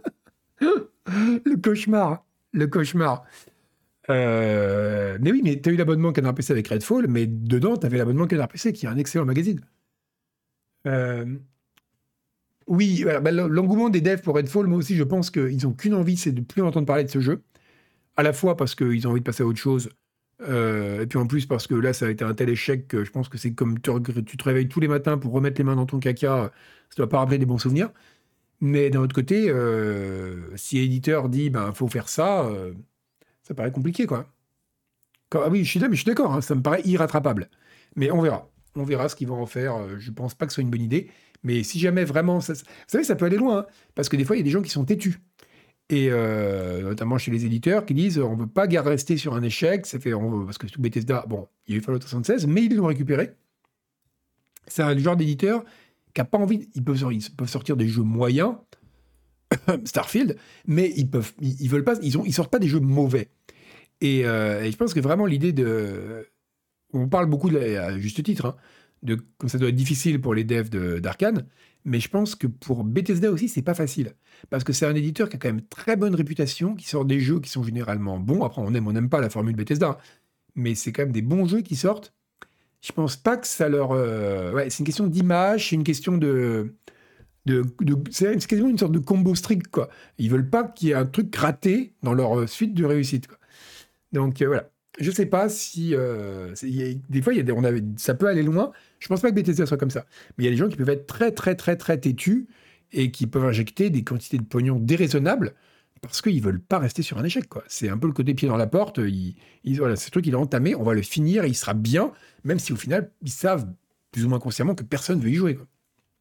Le cauchemar, le cauchemar. Euh, mais oui, mais t'as eu l'abonnement Canard P C avec Redfall, mais dedans, t'avais l'abonnement Canard P C, qui est un excellent magazine. Euh, oui, voilà, bah, l'engouement des devs pour Redfall, moi aussi, je pense qu'ils n'ont qu'une envie, c'est de plus entendre parler de ce jeu. À la fois parce qu'ils ont envie de passer à autre chose, euh, et puis en plus parce que là, ça a été un tel échec que je pense que c'est comme tu, tu te réveilles tous les matins pour remettre les mains dans ton caca, ça doit pas rappeler des bons souvenirs. Mais d'un autre côté, euh, si l'éditeur dit ben faut faire ça, euh, ça paraît compliqué quoi. Quand- ah oui, je suis là, mais je suis d'accord, hein, ça me paraît irrattrapable. Mais on verra. On verra ce qu'ils vont en faire. euh, Je pense pas que ce soit une bonne idée. Mais si jamais vraiment. Ça- vous savez, ça peut aller loin. Hein, parce que des fois, il y a des gens qui sont têtus. Et euh, notamment chez les éditeurs qui disent on ne veut pas gar- rester sur un échec. Ça fait, on veut- parce que tout Bethesda, bon, il y a eu Fallout soixante-seize, mais ils l'ont récupéré. C'est un genre d'éditeur qui n'a pas envie. Ils peuvent, ils peuvent sortir des jeux moyens, Starfield, mais ils peuvent, ils, ils veulent pas, ils, ont, ils sortent pas des jeux mauvais. Et, euh, et je pense que vraiment l'idée de. On parle beaucoup, de, à juste titre, hein, de comme ça doit être difficile pour les devs de- d'Arkane, mais je pense que pour Bethesda aussi, c'est pas facile. Parce que c'est un éditeur qui a quand même très bonne réputation, qui sort des jeux qui sont généralement bons. Après, on aime, on n'aime pas la formule Bethesda, mais c'est quand même des bons jeux qui sortent. Je pense pas que ça leur. euh, Ouais, c'est une question d'image, c'est une question de. de, de- c'est quasiment une sorte de combo strict, quoi. Ils veulent pas qu'il y ait un truc raté dans leur euh, suite de réussite, quoi. Donc euh, voilà. Je sais pas si euh, c'est- y a- des fois il y a des, on avait, ça peut aller loin. Je pense pas que Bethesda soit comme ça, mais il y a des gens qui peuvent être très très très très têtus et qui peuvent injecter des quantités de pognon déraisonnables parce qu'ils veulent pas rester sur un échec quoi. C'est un peu le côté pied dans la porte. Ils, ils- voilà, c'est le truc il est entamé, on va le finir, et il sera bien, même si au final ils savent plus ou moins consciemment que personne veut y jouer quoi.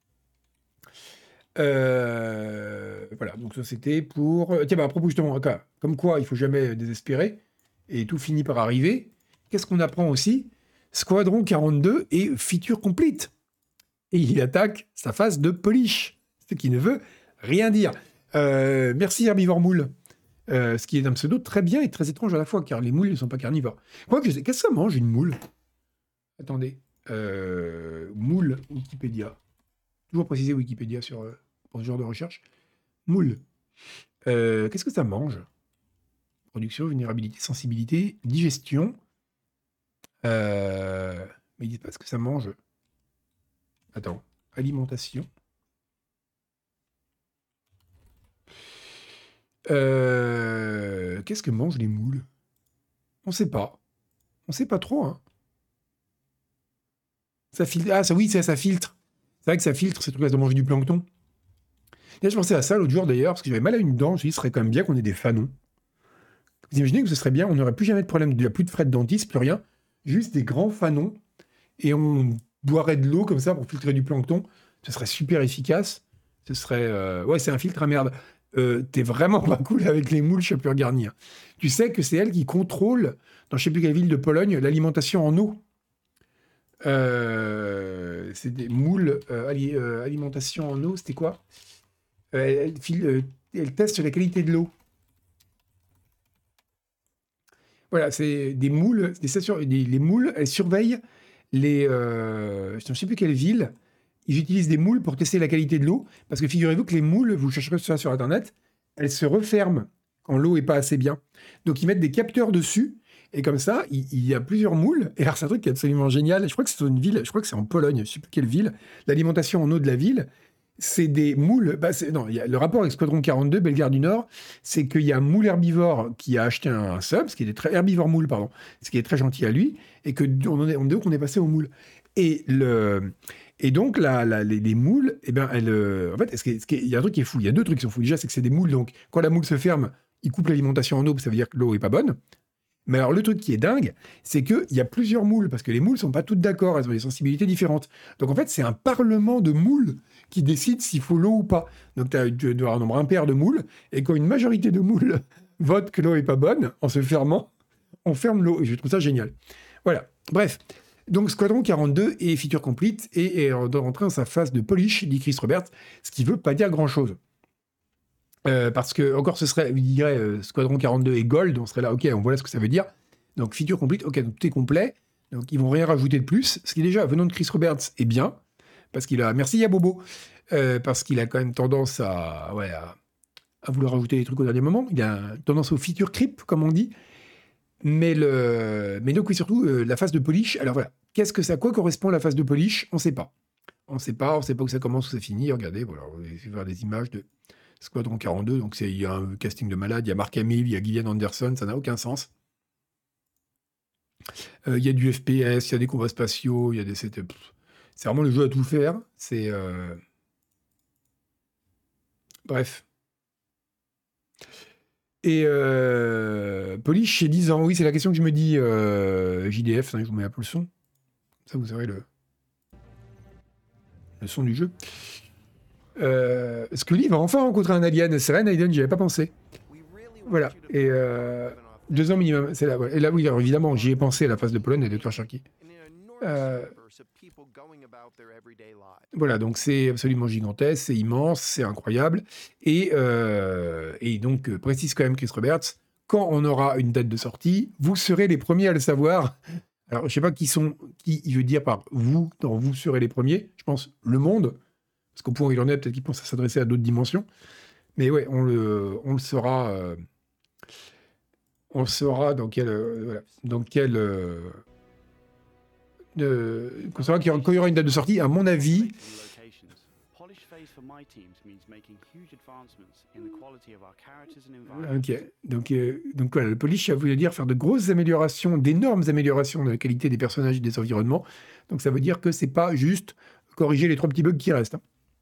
Euh, voilà, donc ça c'était pour. euh, Tiens, bah, à propos justement, quoi, comme quoi il faut jamais désespérer, et tout finit par arriver. Qu'est-ce qu'on apprend aussi? Squadron quarante-deux est feature complete. Et il attaque sa phase de polish, ce qui ne veut rien dire. Euh, merci Herbivore Moule. Euh, ce qui est un pseudo très bien et très étrange à la fois, car les moules ne sont pas carnivores. Quoique, je sais- qu'est-ce que ça mange une moule? Attendez. Euh, moule, Wikipédia. Toujours préciser Wikipédia sur, euh, pour ce genre de recherche. Moule. Euh, qu'est-ce que ça mange? Production, vulnérabilité, sensibilité, digestion. Euh, mais ils disent pas ce que ça mange. Attends. Alimentation. Euh, Qu'est-ce que mangent les moules? On sait pas. On sait pas trop, hein. Ça filtre. Ah, ça, oui, ça, ça filtre. C'est vrai que ça filtre ces trucs-là de manger du plancton. Là, je pensais à ça l'autre jour d'ailleurs, parce que j'avais mal à une dent. Je me suis dit, ce serait quand même bien qu'on ait des fanons. Vous imaginez que ce serait bien, on n'aurait plus jamais de problème, il n'y a plus de frais de dentiste, plus rien. Juste des grands fanons. Et on boirait de l'eau comme ça pour filtrer du plancton. Ce serait super efficace. Ce serait. euh, Ouais, c'est un filtre à merde. Euh, T'es vraiment pas cool avec les moules Chapeur Garni. Tu sais que c'est elle qui contrôle, dans je sais plus quelle ville de Pologne, l'alimentation en eau. Euh, c'est des moules euh, ali- euh, alimentation en eau, c'était quoi? Euh, elle, elle file- euh, elle teste la qualité de l'eau. Voilà, c'est des moules, des stations- des- les moules, elles surveillent les. Euh, je ne sais plus quelle ville. Ils utilisent des moules pour tester la qualité de l'eau, parce que figurez-vous que les moules, vous chercherez ça sur Internet, elles se referment quand l'eau est pas assez bien. Donc ils mettent des capteurs dessus, et comme ça, il, il y a plusieurs moules. Et alors c'est un truc qui est absolument génial. Je crois que c'est une ville, je crois que c'est en Pologne, je ne sais plus quelle ville. L'alimentation en eau de la ville, c'est des moules. Bah, c'est- non, il y a le rapport avec Squadron quarante-deux, Bellegarde du Nord, c'est qu'il y a un moule herbivore qui a acheté un, un sub, ce qui est très herbivore moule, pardon, ce qui est très gentil à lui, et que on en est, on, donc on est passé au moule. Et le et donc la, la- les, les moules, eh ben elles, euh, en fait, ce qui est- ce qui est- il y a un truc qui est fou. Il y a deux trucs qui sont fous. Déjà, c'est que c'est des moules, donc quand la moule se ferme, ils coupent l'alimentation en eau, ça veut dire que l'eau est pas bonne. Mais alors, le truc qui est dingue, c'est qu'il y a plusieurs moules, parce que les moules sont pas toutes d'accord, elles ont des sensibilités différentes. Donc, en fait, c'est un parlement de moules qui décide s'il faut l'eau ou pas. Donc, t'as- tu dois avoir un nombre impair de moules, et quand une majorité de moules vote que l'eau est pas bonne, en se fermant, on ferme l'eau. Et je trouve ça génial. Voilà. Bref. Donc, Squadron quarante-deux est feature complete et est en- rentré dans sa phase de polish, dit Chris Roberts, ce qui veut pas dire grand-chose. Euh, parce que, encore, ce serait, il dirait euh, Squadron quarante-deux et Gold, on serait là, ok, on voit ce que ça veut dire. Donc, feature complete, ok, donc tout est complet. Donc, ils vont rien rajouter de plus. Ce qui, déjà, venant de Chris Roberts, est bien. Parce qu'il a. Merci Yabobo. Euh, parce qu'il a quand même tendance à, ouais, à, à vouloir rajouter des trucs au dernier moment. Il a tendance au feature creep, comme on dit. Mais, le, mais donc, oui, surtout, euh, la phase de polish. Alors voilà, qu'est-ce que ça, quoi correspond la phase de polish? On ne sait pas. On ne sait pas, on ne sait pas où ça commence, où ça finit. Regardez, voilà, on va voir des images de Squadron quarante-deux. Donc, c'est- il y a un casting de malade, il y a Mark Hamill, il y a Gillian Anderson, ça n'a aucun sens. Euh, Il y a du F P S, il y a des combats spatiaux, il y a des. C'est pff, c'est vraiment le jeu à tout faire. C'est. euh, Bref. Et euh, Polish, chez dix ans, oui, c'est la question que je me dis, euh, J D F, attendez, je vous mets un peu le son. Ça, vous aurez le, le son du jeu. Euh, Scully va enfin rencontrer un alien. C'est vrai, Naiden, j'y avais pas pensé. Voilà. Et euh, deux ans minimum. C'est là, ouais. Et là, oui, alors évidemment, j'y ai pensé à la phase de Pologne et de Cherki. Euh, voilà, donc c'est absolument gigantesque, c'est immense, c'est incroyable. Et, euh, et donc, euh, précise quand même Chris Roberts, quand on aura une date de sortie, vous serez les premiers à le savoir. Alors, je sais pas qui sont, qui il veut dire par vous, dans vous serez les premiers. Je pense le monde, parce qu'au point où il en est, peut-être qu'il pense à s'adresser à d'autres dimensions. Mais ouais, on le, on le saura, euh, on le saura dans quel, euh, voilà, dans quel, euh, euh, qu'on saura qu'il y aura- quand il y aura une date de sortie, à mon avis. Ok, donc, euh, donc voilà, le polish, ça veut dire faire de grosses améliorations, d'énormes améliorations de la qualité des personnages et des environnements. Donc ça veut dire que c'est pas juste corriger les trois petits bugs qui restent. hein.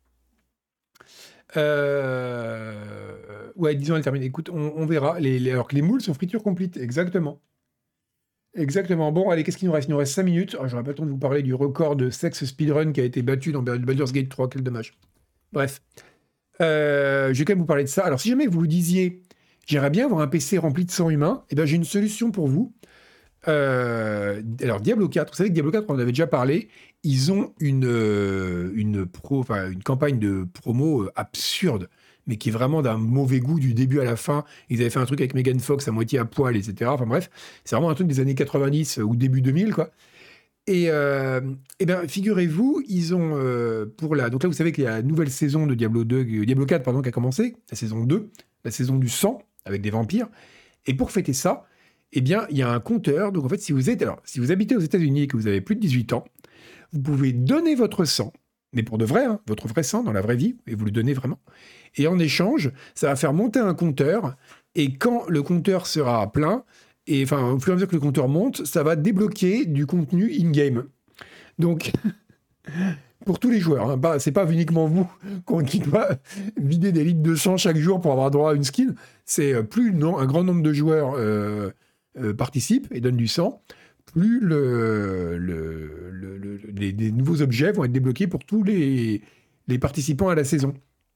Euh, Ouais, disons, elle termine. Écoute, on, on verra. Les, les- alors que les moules sont friture complete, exactement. Exactement. Bon, allez, qu'est-ce qu'il nous reste? Il nous reste cinq minutes. Alors, j'aurais pas le temps de vous parler du record de sexe speedrun qui a été battu dans Baldur's Gate trois. Quel dommage. Bref. Euh, je vais quand même vous parler de ça. Alors, si jamais vous vous disiez, j'aimerais bien avoir un P C rempli de sang humain, eh ben, j'ai une solution pour vous. Euh, alors, Diablo quatre, vous savez que Diablo quatre, on en avait déjà parlé, ils ont une, euh, une, pro, enfin, une campagne de promo euh, absurde, mais qui est vraiment d'un mauvais goût du début à la fin. Ils avaient fait un truc avec Megan Fox à moitié à poil, et cetera. Enfin bref, c'est vraiment un truc des années quatre-vingt-dix ou début deux mille, quoi. Et, euh, eh bien, figurez-vous, ils ont euh, pour la. Donc là, vous savez qu'il y a la nouvelle saison de Diablo deux, euh, Diablo quatre, pardon, qui a commencé, la saison deux, la saison du sang, avec des vampires. Et pour fêter ça, eh bien, il y a un compteur. Donc en fait, si vous êtes, alors, si vous habitez aux États-Unis et que vous avez plus de dix-huit ans, vous pouvez donner votre sang mais pour de vrai, hein, votre vrai sang dans la vraie vie, et vous le donnez vraiment. Et en échange, ça va faire monter un compteur, et quand le compteur sera plein, et enfin, au fur et à mesure que le compteur monte, ça va débloquer du contenu in-game. Donc, pour tous les joueurs, hein, bah, c'est pas uniquement vous qui doit vider des litres de sang chaque jour pour avoir droit à une skin, c'est euh, plus non, un grand nombre de joueurs euh, euh, participent et donnent du sang, plus le, le, le, le, les, les nouveaux objets vont être débloqués pour tous les, les participants à la saison.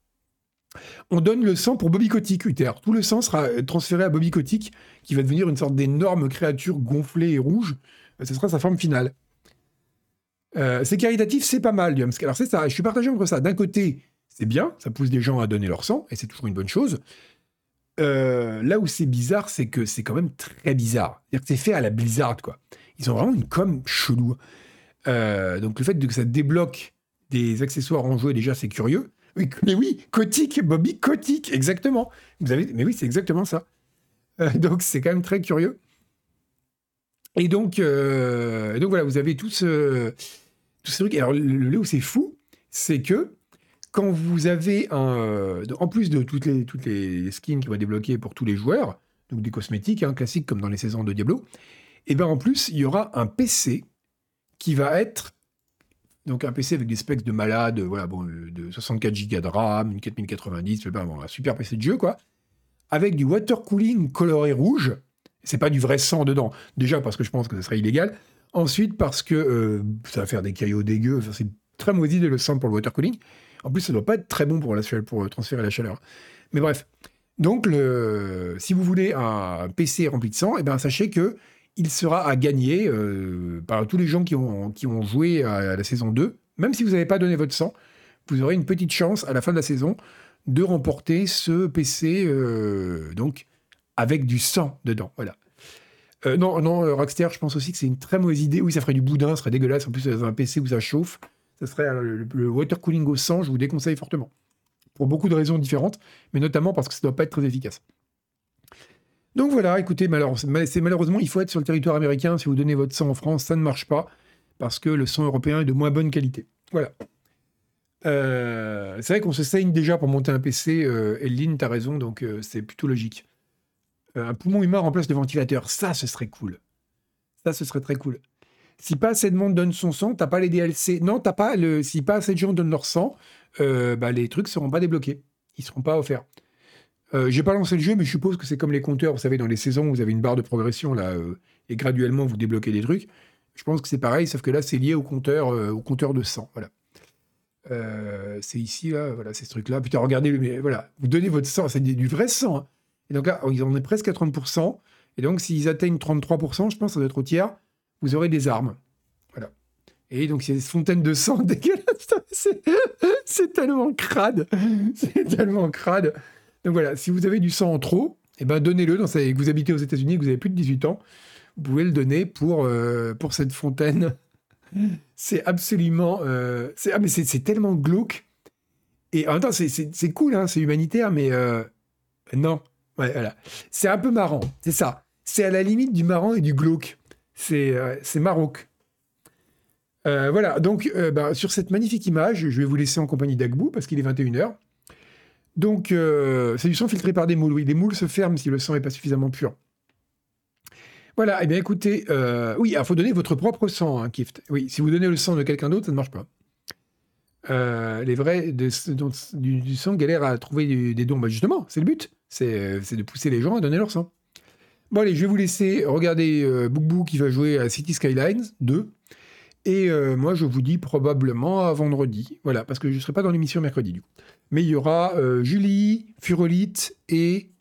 On donne le sang pour Bobby Kotick, U T R. Tout le sang sera transféré à Bobby Kotick, qui va devenir une sorte d'énorme créature gonflée et rouge. Ce sera sa forme finale. Euh, c'est caritatif, c'est pas mal, Diums. Alors c'est ça, je suis partagé entre ça. D'un côté, c'est bien, ça pousse des gens à donner leur sang, et c'est toujours une bonne chose. Euh, là où c'est bizarre, c'est que c'est quand même très bizarre. C'est-à-dire que c'est fait à la Blizzard, quoi. Ils ont vraiment une com chelou. Euh, donc le fait que ça débloque des accessoires en jeu, déjà, c'est curieux. Oui, mais oui, Kotick, Bobby Kotick, exactement. Vous avez, mais oui, c'est exactement ça. Euh, donc c'est quand même très curieux. Et donc, euh, et donc voilà, vous avez tout ce, tout ce truc. Alors là où c'est fou, c'est que quand vous avez un, euh, en plus de toutes les, toutes les skins qui vont être débloquées pour tous les joueurs, donc des cosmétiques, hein, classiques comme dans les saisons de Diablo, et bien en plus, il y aura un P C qui va être donc un P C avec des specs de malade, voilà, bon, de soixante-quatre gigas de RAM, une quatre mille quatre-vingt-dix, ben, bon, un super P C de jeu, quoi, avec du water cooling coloré rouge. C'est pas du vrai sang dedans. Déjà parce que je pense que ça serait illégal. Ensuite parce que euh, ça va faire des caillots dégueux. Enfin, c'est très maudit le sang pour le water cooling. En plus, ça doit pas être très bon pour, la, pour transférer la chaleur. Mais bref. Donc, le, si vous voulez un P C rempli de sang, eh ben, sachez que il sera à gagner euh, par tous les gens qui ont, qui ont joué à, à la saison deux. Même si vous n'avez pas donné votre sang, vous aurez une petite chance à la fin de la saison de remporter ce P C euh, donc avec du sang dedans. Voilà. Euh, non, non, euh, Rockstar, je pense aussi que c'est une très mauvaise idée. Oui, ça ferait du boudin, ça serait dégueulasse. En plus, dans un P C où ça chauffe, ça serait euh, le, le water cooling au sang, je vous déconseille fortement. Pour beaucoup de raisons différentes, mais notamment parce que ça ne doit pas être très efficace. Donc voilà, écoutez, malheureusement, c'est malheureusement, il faut être sur le territoire américain. Si vous donnez votre sang en France, ça ne marche pas, parce que le sang européen est de moins bonne qualité. Voilà. Euh, c'est vrai qu'on se saigne déjà pour monter un P C. Euh, Eline, t'as raison, donc euh, c'est plutôt logique. Euh, un poumon humain remplace le ventilateur, ça, ce serait cool. Ça, ce serait très cool. Si pas assez de monde donne son sang, t'as pas les D L C. Non, t'as pas le. Si pas assez de gens donnent leur sang, euh, bah, les trucs seront pas débloqués. Ils seront pas offerts. Euh, j'ai pas lancé le jeu, mais je suppose que c'est comme les compteurs, vous savez, dans les saisons, vous avez une barre de progression là, euh, et graduellement vous débloquez des trucs. Je pense que c'est pareil, sauf que là, c'est lié au compteur, euh, au compteur de sang. Voilà. Euh, c'est ici, là, voilà, c'est ce truc-là. Putain, regardez, mais voilà, vous donnez votre sang, c'est du vrai sang. Hein. Et donc là, ils en ont presque à trente pour cent. Et donc, s'ils atteignent trente-trois pour cent, je pense que ça doit être au tiers, vous aurez des armes. Voilà. Et donc, il y a des fontaines de sang dégueulasses. C'est, c'est tellement crade. C'est tellement crade. Donc voilà, si vous avez du sang en trop, eh ben donnez-le. Dans sa... que vous habitez aux États-Unis, que vous avez plus de dix-huit ans, vous pouvez le donner pour, euh, pour cette fontaine. C'est absolument... Euh... C'est... Ah, mais c'est, c'est tellement glauque. Et en même temps, c'est, c'est, c'est cool, hein, c'est humanitaire, mais euh... non. Ouais, voilà. C'est un peu marrant, c'est ça. C'est à la limite du marrant et du glauque. C'est, euh, c'est maroc. Euh, voilà, donc euh, bah, sur cette magnifique image, je vais vous laisser en compagnie d'Agbou, parce qu'il est vingt et une heures. Donc, euh, c'est du sang filtré par des moules. Oui, les moules se ferment si le sang n'est pas suffisamment pur. Voilà, eh bien écoutez, euh, oui, il faut donner votre propre sang, hein, Kift. Oui, si vous donnez le sang de quelqu'un d'autre, ça ne marche pas. Euh, les vrais de, de, du, du sang galèrent à trouver du, des dons. Bah justement, c'est le but. C'est, c'est de pousser les gens à donner leur sang. Bon allez, je vais vous laisser regarder euh, Boubou qui va jouer à City Skylines deux. Et euh, moi, je vous dis probablement à vendredi. Voilà, parce que je ne serai pas dans l'émission mercredi, du coup. Mais il y aura euh, Julie, Furolite et